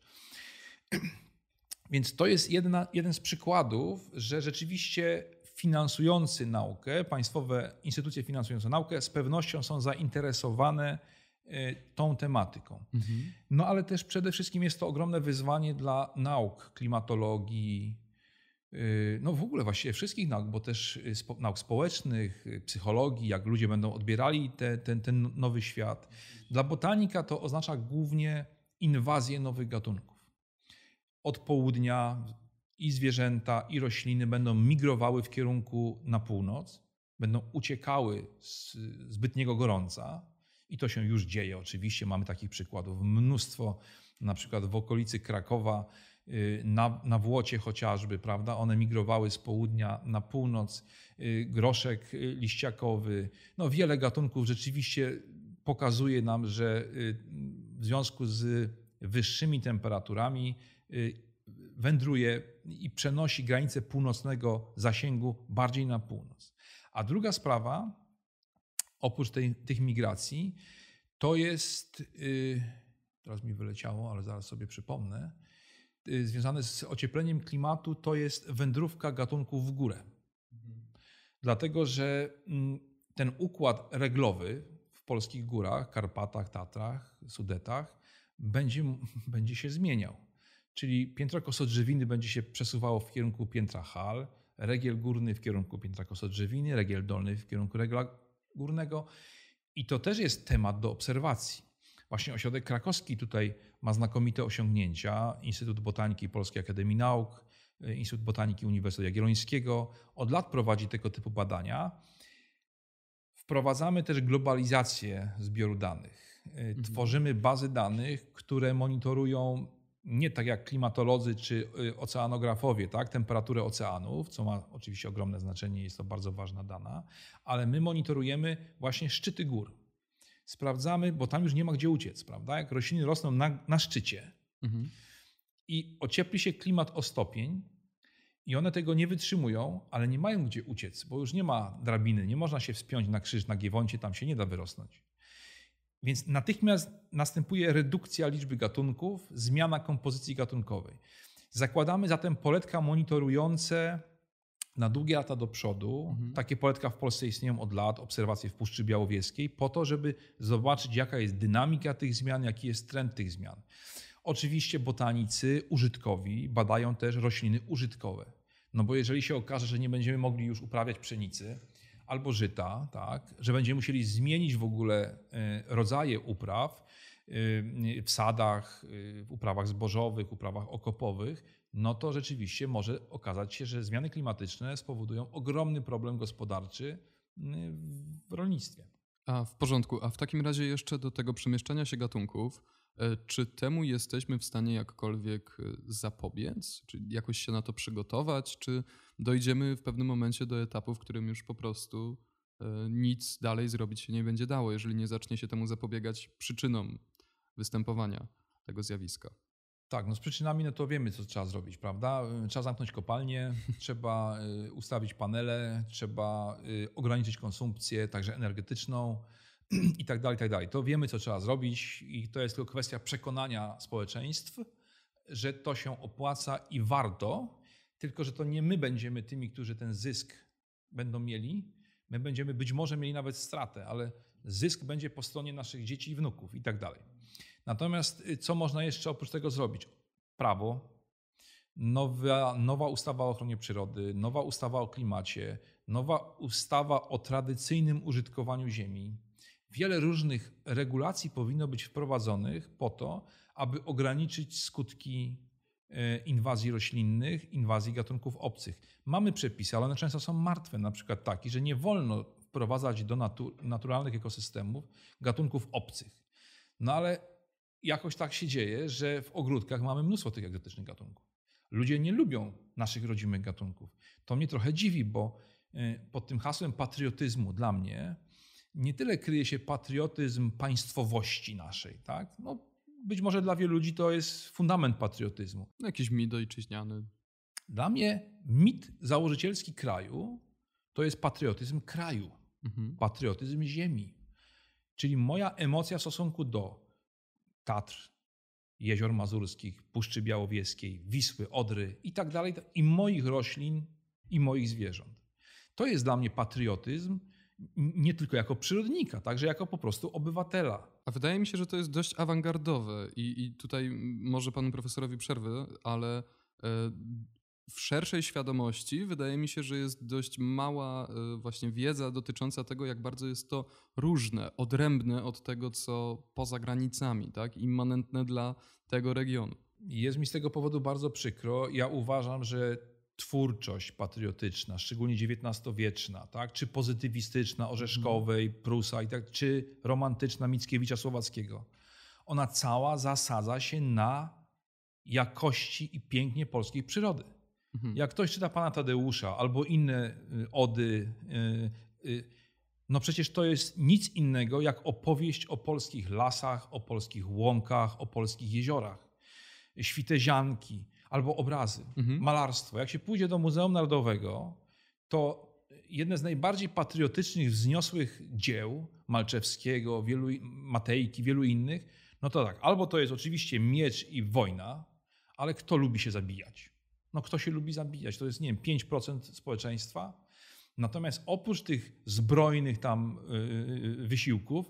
Więc to jest jeden z przykładów, że rzeczywiście finansujący naukę, państwowe instytucje finansujące naukę z pewnością są zainteresowane tą tematyką. No ale też przede wszystkim jest to ogromne wyzwanie dla nauk klimatologii, no w ogóle właściwie wszystkich nauk, bo też nauk społecznych, psychologii, jak ludzie będą odbierali ten nowy świat. Dla botanika to oznacza głównie inwazję nowych gatunków. Od południa i zwierzęta, i rośliny będą migrowały w kierunku na północ, będą uciekały z zbytniego gorąca i to się już dzieje oczywiście, mamy takich przykładów mnóstwo, na przykład w okolicy Krakowa, na Włocie chociażby, prawda? One migrowały z południa na północ, groszek liściakowy, no wiele gatunków rzeczywiście pokazuje nam, że w związku z wyższymi temperaturami wędruje i przenosi granicę północnego zasięgu bardziej na północ. A druga sprawa, oprócz tych migracji, to jest, teraz mi wyleciało, ale zaraz sobie przypomnę, związane z ociepleniem klimatu, to jest wędrówka gatunków w górę. Dlatego, że ten układ reglowy w polskich górach, Karpatach, Tatrach, Sudetach będzie się zmieniał. Czyli piętro kosodrzewiny będzie się przesuwało w kierunku piętra Hal, regiel górny w kierunku piętra kosodrzewiny, regiel dolny w kierunku regla górnego. I to też jest temat do obserwacji. Właśnie Ośrodek Krakowski tutaj ma znakomite osiągnięcia. Instytut Botaniki Polskiej Akademii Nauk, Instytut Botaniki Uniwersytetu Jagiellońskiego od lat prowadzi tego typu badania. Wprowadzamy też globalizację zbioru danych. Tworzymy bazy danych, które monitorują nie tak jak klimatolodzy czy oceanografowie, tak, temperaturę oceanów, co ma oczywiście ogromne znaczenie, jest to bardzo ważna dana, ale my monitorujemy właśnie szczyty gór. Sprawdzamy, bo tam już nie ma gdzie uciec, prawda? Jak rośliny rosną na szczycie i ociepli się klimat o stopień i one tego nie wytrzymują, ale nie mają gdzie uciec, bo już nie ma drabiny, nie można się wspiąć na krzyż, na Giewoncie, tam się nie da wyrosnąć. Więc natychmiast następuje redukcja liczby gatunków, zmiana kompozycji gatunkowej. Zakładamy zatem poletka monitorujące na długie lata do przodu. Takie poletka w Polsce istnieją od lat, obserwacje w Puszczy Białowieskiej, po to, żeby zobaczyć, jaka jest dynamika tych zmian, jaki jest trend tych zmian. Oczywiście botanicy użytkowi badają też rośliny użytkowe. No bo jeżeli się okaże, że nie będziemy mogli już uprawiać pszenicy albo żyta, tak, że będziemy musieli zmienić w ogóle rodzaje upraw w sadach, w uprawach zbożowych, uprawach okopowych, no to rzeczywiście może okazać się, że zmiany klimatyczne spowodują ogromny problem gospodarczy w rolnictwie.
A w porządku, a w takim razie jeszcze do tego przemieszczania się gatunków, czy temu jesteśmy w stanie jakkolwiek zapobiec? Czy jakoś się na to przygotować? Czy dojdziemy w pewnym momencie do etapu, w którym już po prostu nic dalej zrobić się nie będzie dało, jeżeli nie zacznie się temu zapobiegać przyczynom występowania tego zjawiska?
Tak, no z przyczynami no to wiemy, co trzeba zrobić, prawda? Trzeba zamknąć kopalnie, trzeba ustawić panele, trzeba ograniczyć konsumpcję, także energetyczną i tak dalej, i tak dalej. To wiemy, co trzeba zrobić i to jest tylko kwestia przekonania społeczeństw, że to się opłaca i warto, tylko że to nie my będziemy tymi, którzy ten zysk będą mieli. My będziemy być może mieli nawet stratę, ale zysk będzie po stronie naszych dzieci i wnuków i tak dalej. Natomiast co można jeszcze oprócz tego zrobić? Prawo, nowa ustawa o ochronie przyrody, nowa ustawa o klimacie, nowa ustawa o tradycyjnym użytkowaniu ziemi. Wiele różnych regulacji powinno być wprowadzonych po to, aby ograniczyć skutki inwazji roślinnych, inwazji gatunków obcych. Mamy przepisy, ale one często są martwe, na przykład taki, że nie wolno wprowadzać do naturalnych ekosystemów gatunków obcych. No ale jakoś tak się dzieje, że w ogródkach mamy mnóstwo tych egzotycznych gatunków. Ludzie nie lubią naszych rodzimych gatunków. To mnie trochę dziwi, bo pod tym hasłem patriotyzmu dla mnie nie tyle kryje się patriotyzm państwowości naszej. Tak? No, być może dla wielu ludzi to jest fundament patriotyzmu.
Jakiś mit ojczyźniany.
Dla mnie mit założycielski kraju to jest patriotyzm kraju, patriotyzm ziemi. Czyli moja emocja w stosunku do Tatr, jezior mazurskich, Puszczy Białowieskiej, Wisły, Odry i tak dalej, i moich roślin, i moich zwierząt. To jest dla mnie patriotyzm nie tylko jako przyrodnika, także jako po prostu obywatela.
A wydaje mi się, że to jest dość awangardowe i tutaj może panu profesorowi przerwę, ale w szerszej świadomości wydaje mi się, że jest dość mała właśnie wiedza dotycząca tego, jak bardzo jest to różne, odrębne od tego, co poza granicami, tak? Immanentne dla tego regionu.
Jest mi z tego powodu bardzo przykro. Ja uważam, że twórczość patriotyczna, szczególnie XIX-wieczna, tak? Czy pozytywistyczna Orzeszkowej, Prusa, i tak, czy romantyczna Mickiewicza Słowackiego, ona cała zasadza się na jakości i pięknie polskiej przyrody. Jak ktoś czyta Pana Tadeusza albo inne ody, no przecież to jest nic innego jak opowieść o polskich lasach, o polskich łąkach, o polskich jeziorach. Świtezianki albo obrazy, malarstwo. Jak się pójdzie do Muzeum Narodowego, to jedne z najbardziej patriotycznych, wzniosłych dzieł Malczewskiego, Matejki, wielu innych, no to tak, albo to jest oczywiście miecz i wojna, ale kto lubi się zabijać? No kto się lubi zabijać? To jest, nie wiem, 5% społeczeństwa. Natomiast oprócz tych zbrojnych tam wysiłków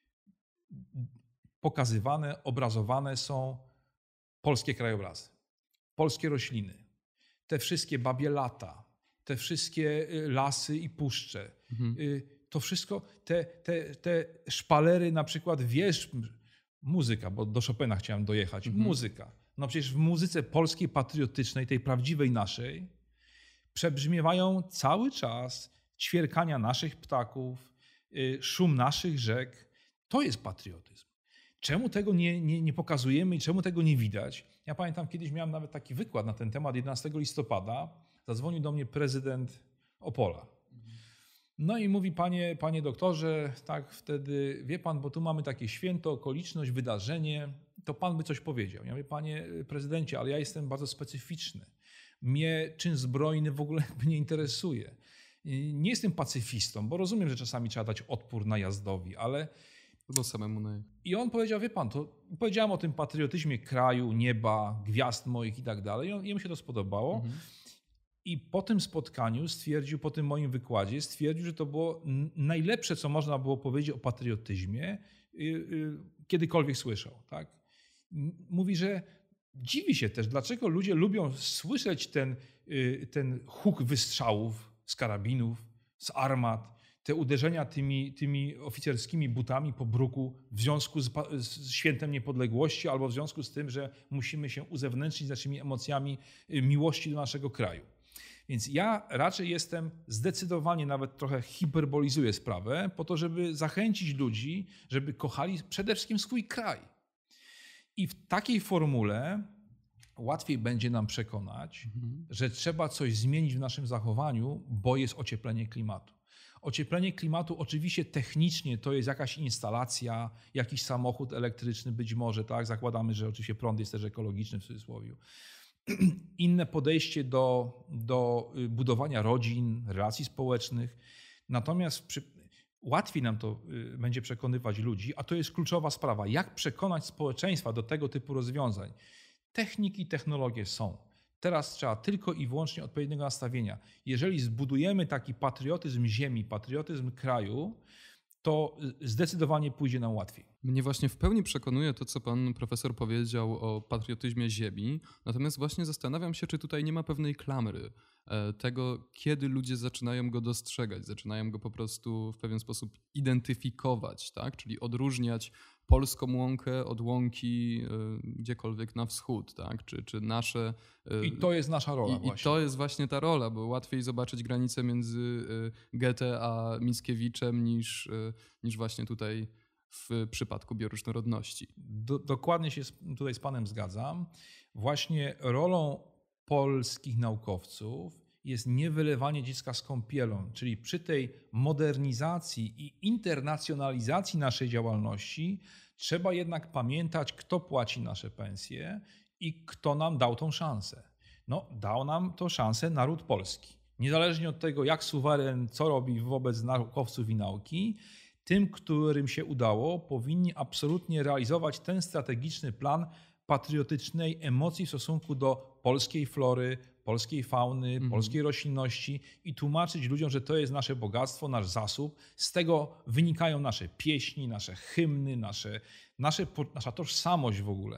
pokazywane, obrazowane są polskie krajobrazy, polskie rośliny, te wszystkie babie lata, te wszystkie lasy i puszcze, to wszystko, te szpalery, na przykład wież, muzyka, bo do Chopina chciałem dojechać, muzyka. No przecież w muzyce polskiej, patriotycznej, tej prawdziwej naszej, przebrzmiewają cały czas ćwierkania naszych ptaków, szum naszych rzek. To jest patriotyzm. czemu tego nie pokazujemy i czemu tego nie widać? Ja pamiętam, kiedyś miałem nawet taki wykład na ten temat 11 listopada. Zadzwonił do mnie prezydent Opola. No i mówi, panie doktorze, tak wtedy, wie pan, bo tu mamy takie święto, okoliczność, wydarzenie, to pan by coś powiedział. Ja mówię, panie prezydencie, ale ja jestem bardzo specyficzny. Mnie czyn zbrojny w ogóle nie interesuje. Nie jestem pacyfistą, bo rozumiem, że czasami trzeba dać odpór najazdowi, ale...
Bo samemu
I on powiedział, wie pan, to powiedziałem o tym patriotyzmie kraju, nieba, gwiazd moich i tak dalej. I jemu się to spodobało. I po tym spotkaniu stwierdził, po tym moim wykładzie, stwierdził, że to było najlepsze, co można było powiedzieć o patriotyzmie, kiedykolwiek słyszał. Tak? Mówi, że dziwi się też, dlaczego ludzie lubią słyszeć ten huk wystrzałów z karabinów, z armat, te uderzenia tymi oficerskimi butami po bruku w związku z świętem niepodległości albo w związku z tym, że musimy się uzewnętrznić z naszymi emocjami miłości do naszego kraju. Więc ja raczej jestem zdecydowanie, nawet trochę hiperbolizuję sprawę, po to, żeby zachęcić ludzi, żeby kochali przede wszystkim swój kraj. I w takiej formule łatwiej będzie nam przekonać, że trzeba coś zmienić w naszym zachowaniu, bo jest ocieplenie klimatu. Ocieplenie klimatu oczywiście technicznie to jest jakaś instalacja, jakiś samochód elektryczny być może, tak? Zakładamy, że oczywiście prąd jest też ekologiczny w cudzysłowie. Inne podejście do budowania rodzin, relacji społecznych. Natomiast łatwiej nam to będzie przekonywać ludzi, a to jest kluczowa sprawa. Jak przekonać społeczeństwa do tego typu rozwiązań? Techniki, technologie są. Teraz trzeba tylko i wyłącznie odpowiedniego nastawienia. Jeżeli zbudujemy taki patriotyzm ziemi, patriotyzm kraju, to zdecydowanie pójdzie nam łatwiej.
Mnie właśnie w pełni przekonuje to, co pan profesor powiedział o patriotyzmie ziemi. Natomiast właśnie zastanawiam się, czy tutaj nie ma pewnej klamry tego, kiedy ludzie zaczynają go dostrzegać, zaczynają go po prostu w pewien sposób identyfikować, tak? Czyli odróżniać polską łąkę od łąki gdziekolwiek na wschód, tak? Czy nasze...
I to jest nasza rola
właśnie. I to jest właśnie ta rola, bo łatwiej zobaczyć granicę między Goethe a Mickiewiczem niż właśnie tutaj w przypadku bioróżnorodności.
Dokładnie się tutaj z panem zgadzam. Właśnie rolą polskich naukowców jest nie wylewanie dziecka z kąpielą, czyli przy tej modernizacji i internacjonalizacji naszej działalności trzeba jednak pamiętać, kto płaci nasze pensje i kto nam dał tą szansę. No, dał nam tą szansę naród polski. Niezależnie od tego, jak suweren, co robi wobec naukowców i nauki, tym, którym się udało, powinni absolutnie realizować ten strategiczny plan patriotycznej emocji w stosunku do polskiej flory, polskiej fauny, polskiej roślinności i tłumaczyć ludziom, że to jest nasze bogactwo, nasz zasób. Z tego wynikają nasze pieśni, nasze hymny, nasza tożsamość w ogóle.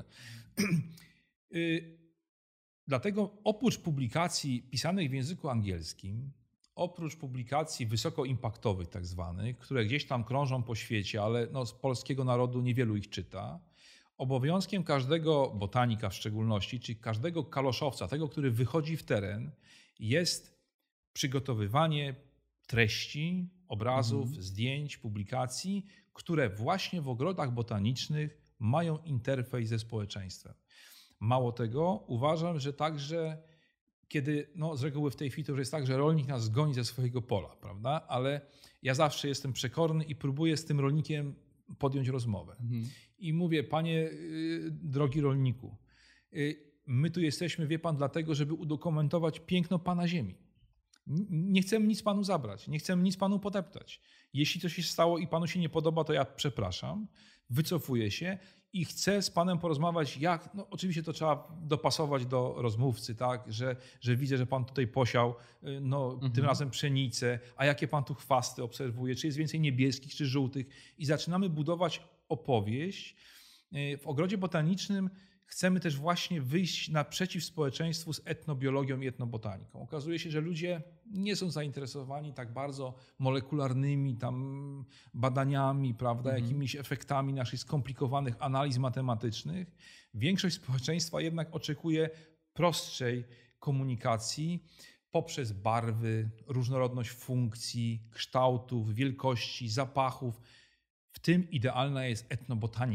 Dlatego oprócz publikacji pisanych w języku angielskim, oprócz publikacji wysokoimpaktowych tak zwanych, które gdzieś tam krążą po świecie, ale z polskiego narodu niewielu ich czyta, obowiązkiem każdego botanika w szczególności, czyli każdego kaloszowca, tego, który wychodzi w teren, jest przygotowywanie treści, obrazów, zdjęć, publikacji, które właśnie w ogrodach botanicznych mają interfejs ze społeczeństwem. Mało tego, uważam, że także kiedy, z reguły w tej chwili to już jest tak, że rolnik nas goni ze swojego pola, prawda? Ale ja zawsze jestem przekorny i próbuję z tym rolnikiem podjąć rozmowę. I mówię, panie drogi rolniku, my tu jesteśmy, wie pan, dlatego, żeby udokumentować piękno pana ziemi. Nie chcemy nic panu zabrać, nie chcemy nic panu podeptać. Jeśli coś się stało i panu się nie podoba, to ja przepraszam, wycofuję się i chcę z panem porozmawiać, jak, oczywiście to trzeba dopasować do rozmówcy, tak, że widzę, że pan tutaj posiał tym razem pszenicę, a jakie pan tu chwasty obserwuje, czy jest więcej niebieskich, czy żółtych i zaczynamy budować opowieść. W ogrodzie botanicznym chcemy też właśnie wyjść naprzeciw społeczeństwu z etnobiologią i etnobotaniką. Okazuje się, że ludzie nie są zainteresowani tak bardzo molekularnymi tam badaniami, prawda, jakimiś efektami naszych skomplikowanych analiz matematycznych. Większość społeczeństwa jednak oczekuje prostszej komunikacji poprzez barwy, różnorodność funkcji, kształtów, wielkości, zapachów. W tym idealna jest etnobotanika.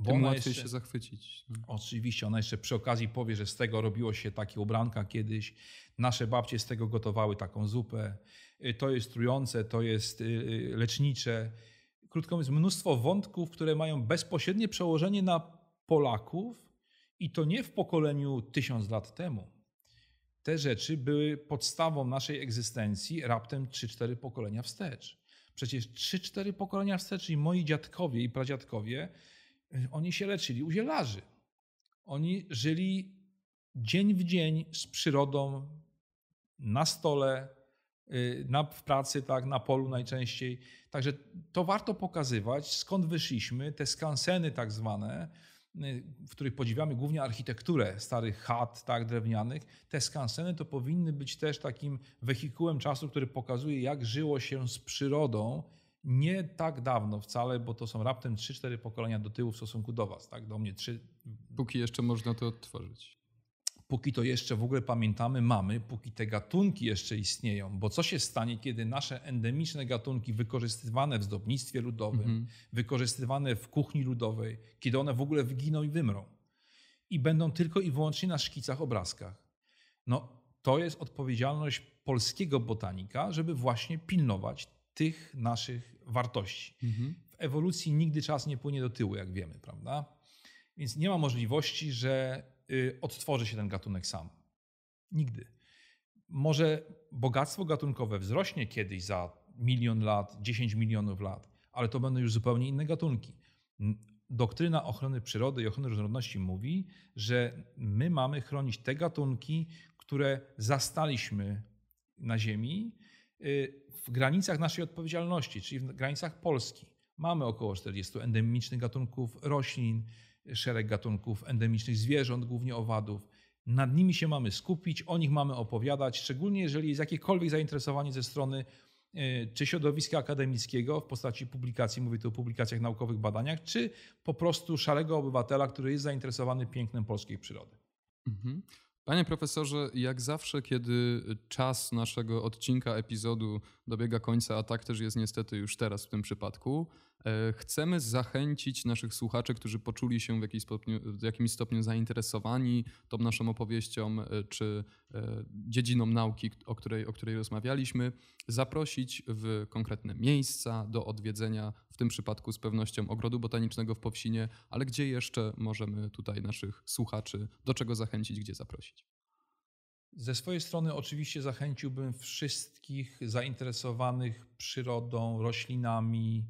Tym łatwiej się zachwycić.
Oczywiście, ona jeszcze przy okazji powie, że z tego robiło się takie ubranka kiedyś. Nasze babcie z tego gotowały taką zupę. To jest trujące, to jest lecznicze. Krótko mówiąc, mnóstwo wątków, które mają bezpośrednie przełożenie na Polaków i to nie w pokoleniu 1000 lat temu. Te rzeczy były podstawą naszej egzystencji raptem 3-4 pokolenia wstecz. Przecież 3-4 pokolenia wstecz i moi dziadkowie i pradziadkowie, oni się leczyli u zielarzy. Oni żyli dzień w dzień z przyrodą, na stole, w pracy, tak, na polu najczęściej. Także to warto pokazywać, skąd wyszliśmy, te skanseny tak zwane, w których podziwiamy głównie architekturę starych chat, tak, drewnianych. Te skanseny to powinny być też takim wehikułem czasu, który pokazuje, jak żyło się z przyrodą nie tak dawno wcale, bo to są raptem 3-4 pokolenia do tyłu w stosunku do was, tak, do mnie 3.
Póki jeszcze można to odtworzyć.
Póki to jeszcze w ogóle pamiętamy, póki te gatunki jeszcze istnieją. Bo co się stanie, kiedy nasze endemiczne gatunki wykorzystywane w zdobnictwie ludowym, wykorzystywane w kuchni ludowej, kiedy one w ogóle wyginą i wymrą i będą tylko i wyłącznie na szkicach, obrazkach. No, to jest odpowiedzialność polskiego botanika, żeby właśnie pilnować tych naszych wartości. W ewolucji nigdy czas nie płynie do tyłu, jak wiemy, prawda? Więc nie ma możliwości, że odtworzy się ten gatunek sam. Nigdy. Może bogactwo gatunkowe wzrośnie kiedyś za 1 000 000 lat, 10 milionów lat, ale to będą już zupełnie inne gatunki. Doktryna ochrony przyrody i ochrony różnorodności mówi, że my mamy chronić te gatunki, które zastaliśmy na Ziemi w granicach naszej odpowiedzialności, czyli w granicach Polski. Mamy około 40 endemicznych gatunków roślin, szereg gatunków endemicznych zwierząt, głównie owadów. Nad nimi się mamy skupić, o nich mamy opowiadać, szczególnie jeżeli jest jakiekolwiek zainteresowanie ze strony czy środowiska akademickiego w postaci publikacji, mówię tu o publikacjach naukowych, badaniach, czy po prostu szarego obywatela, który jest zainteresowany pięknem polskiej przyrody.
Panie profesorze, jak zawsze, kiedy czas naszego odcinka, epizodu dobiega końca, a tak też jest niestety już teraz w tym przypadku, chcemy zachęcić naszych słuchaczy, którzy poczuli się w jakimś stopniu zainteresowani tą naszą opowieścią czy dziedziną nauki, o której rozmawialiśmy, zaprosić w konkretne miejsca do odwiedzenia, w tym przypadku z pewnością Ogrodu Botanicznego w Powsinie, ale gdzie jeszcze możemy tutaj naszych słuchaczy, do czego zachęcić, gdzie zaprosić?
Ze swojej strony oczywiście zachęciłbym wszystkich zainteresowanych przyrodą, roślinami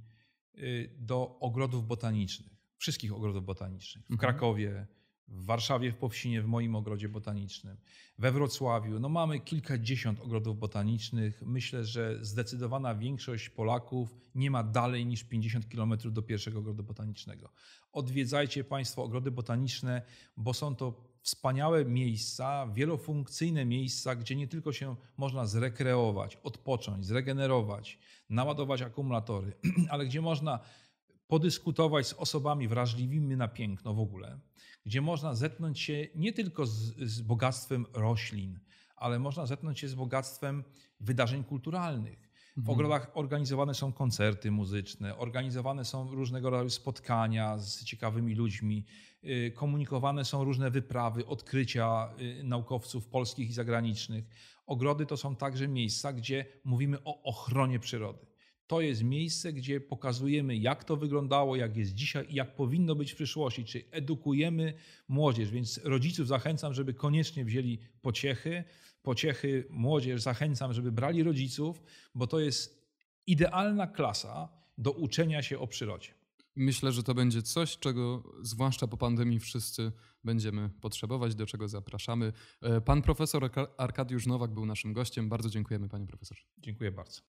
do ogrodów botanicznych, wszystkich ogrodów botanicznych. W Krakowie, w Warszawie, w Powsinie, w moim ogrodzie botanicznym, we Wrocławiu. No mamy kilkadziesiąt ogrodów botanicznych. Myślę, że zdecydowana większość Polaków nie ma dalej niż 50 km do pierwszego ogrodu botanicznego. Odwiedzajcie Państwo ogrody botaniczne, bo są to wspaniałe miejsca, wielofunkcyjne miejsca, gdzie nie tylko się można zrekreować, odpocząć, zregenerować, naładować akumulatory, ale gdzie można podyskutować z osobami wrażliwymi na piękno w ogóle, gdzie można zetknąć się nie tylko z bogactwem roślin, ale można zetknąć się z bogactwem wydarzeń kulturalnych. W ogrodach organizowane są koncerty muzyczne, organizowane są różnego rodzaju spotkania z ciekawymi ludźmi, komunikowane są różne wyprawy, odkrycia naukowców polskich i zagranicznych. Ogrody to są także miejsca, gdzie mówimy o ochronie przyrody. To jest miejsce, gdzie pokazujemy, jak to wyglądało, jak jest dzisiaj i jak powinno być w przyszłości, czyli edukujemy młodzież, więc rodziców zachęcam, żeby koniecznie wzięli pociechy, młodzież zachęcam, żeby brali rodziców, bo to jest idealna klasa do uczenia się o przyrodzie.
Myślę, że to będzie coś, czego zwłaszcza po pandemii wszyscy będziemy potrzebować, do czego zapraszamy. Pan profesor Arkadiusz Nowak był naszym gościem. Bardzo dziękujemy, panie profesorze.
Dziękuję bardzo.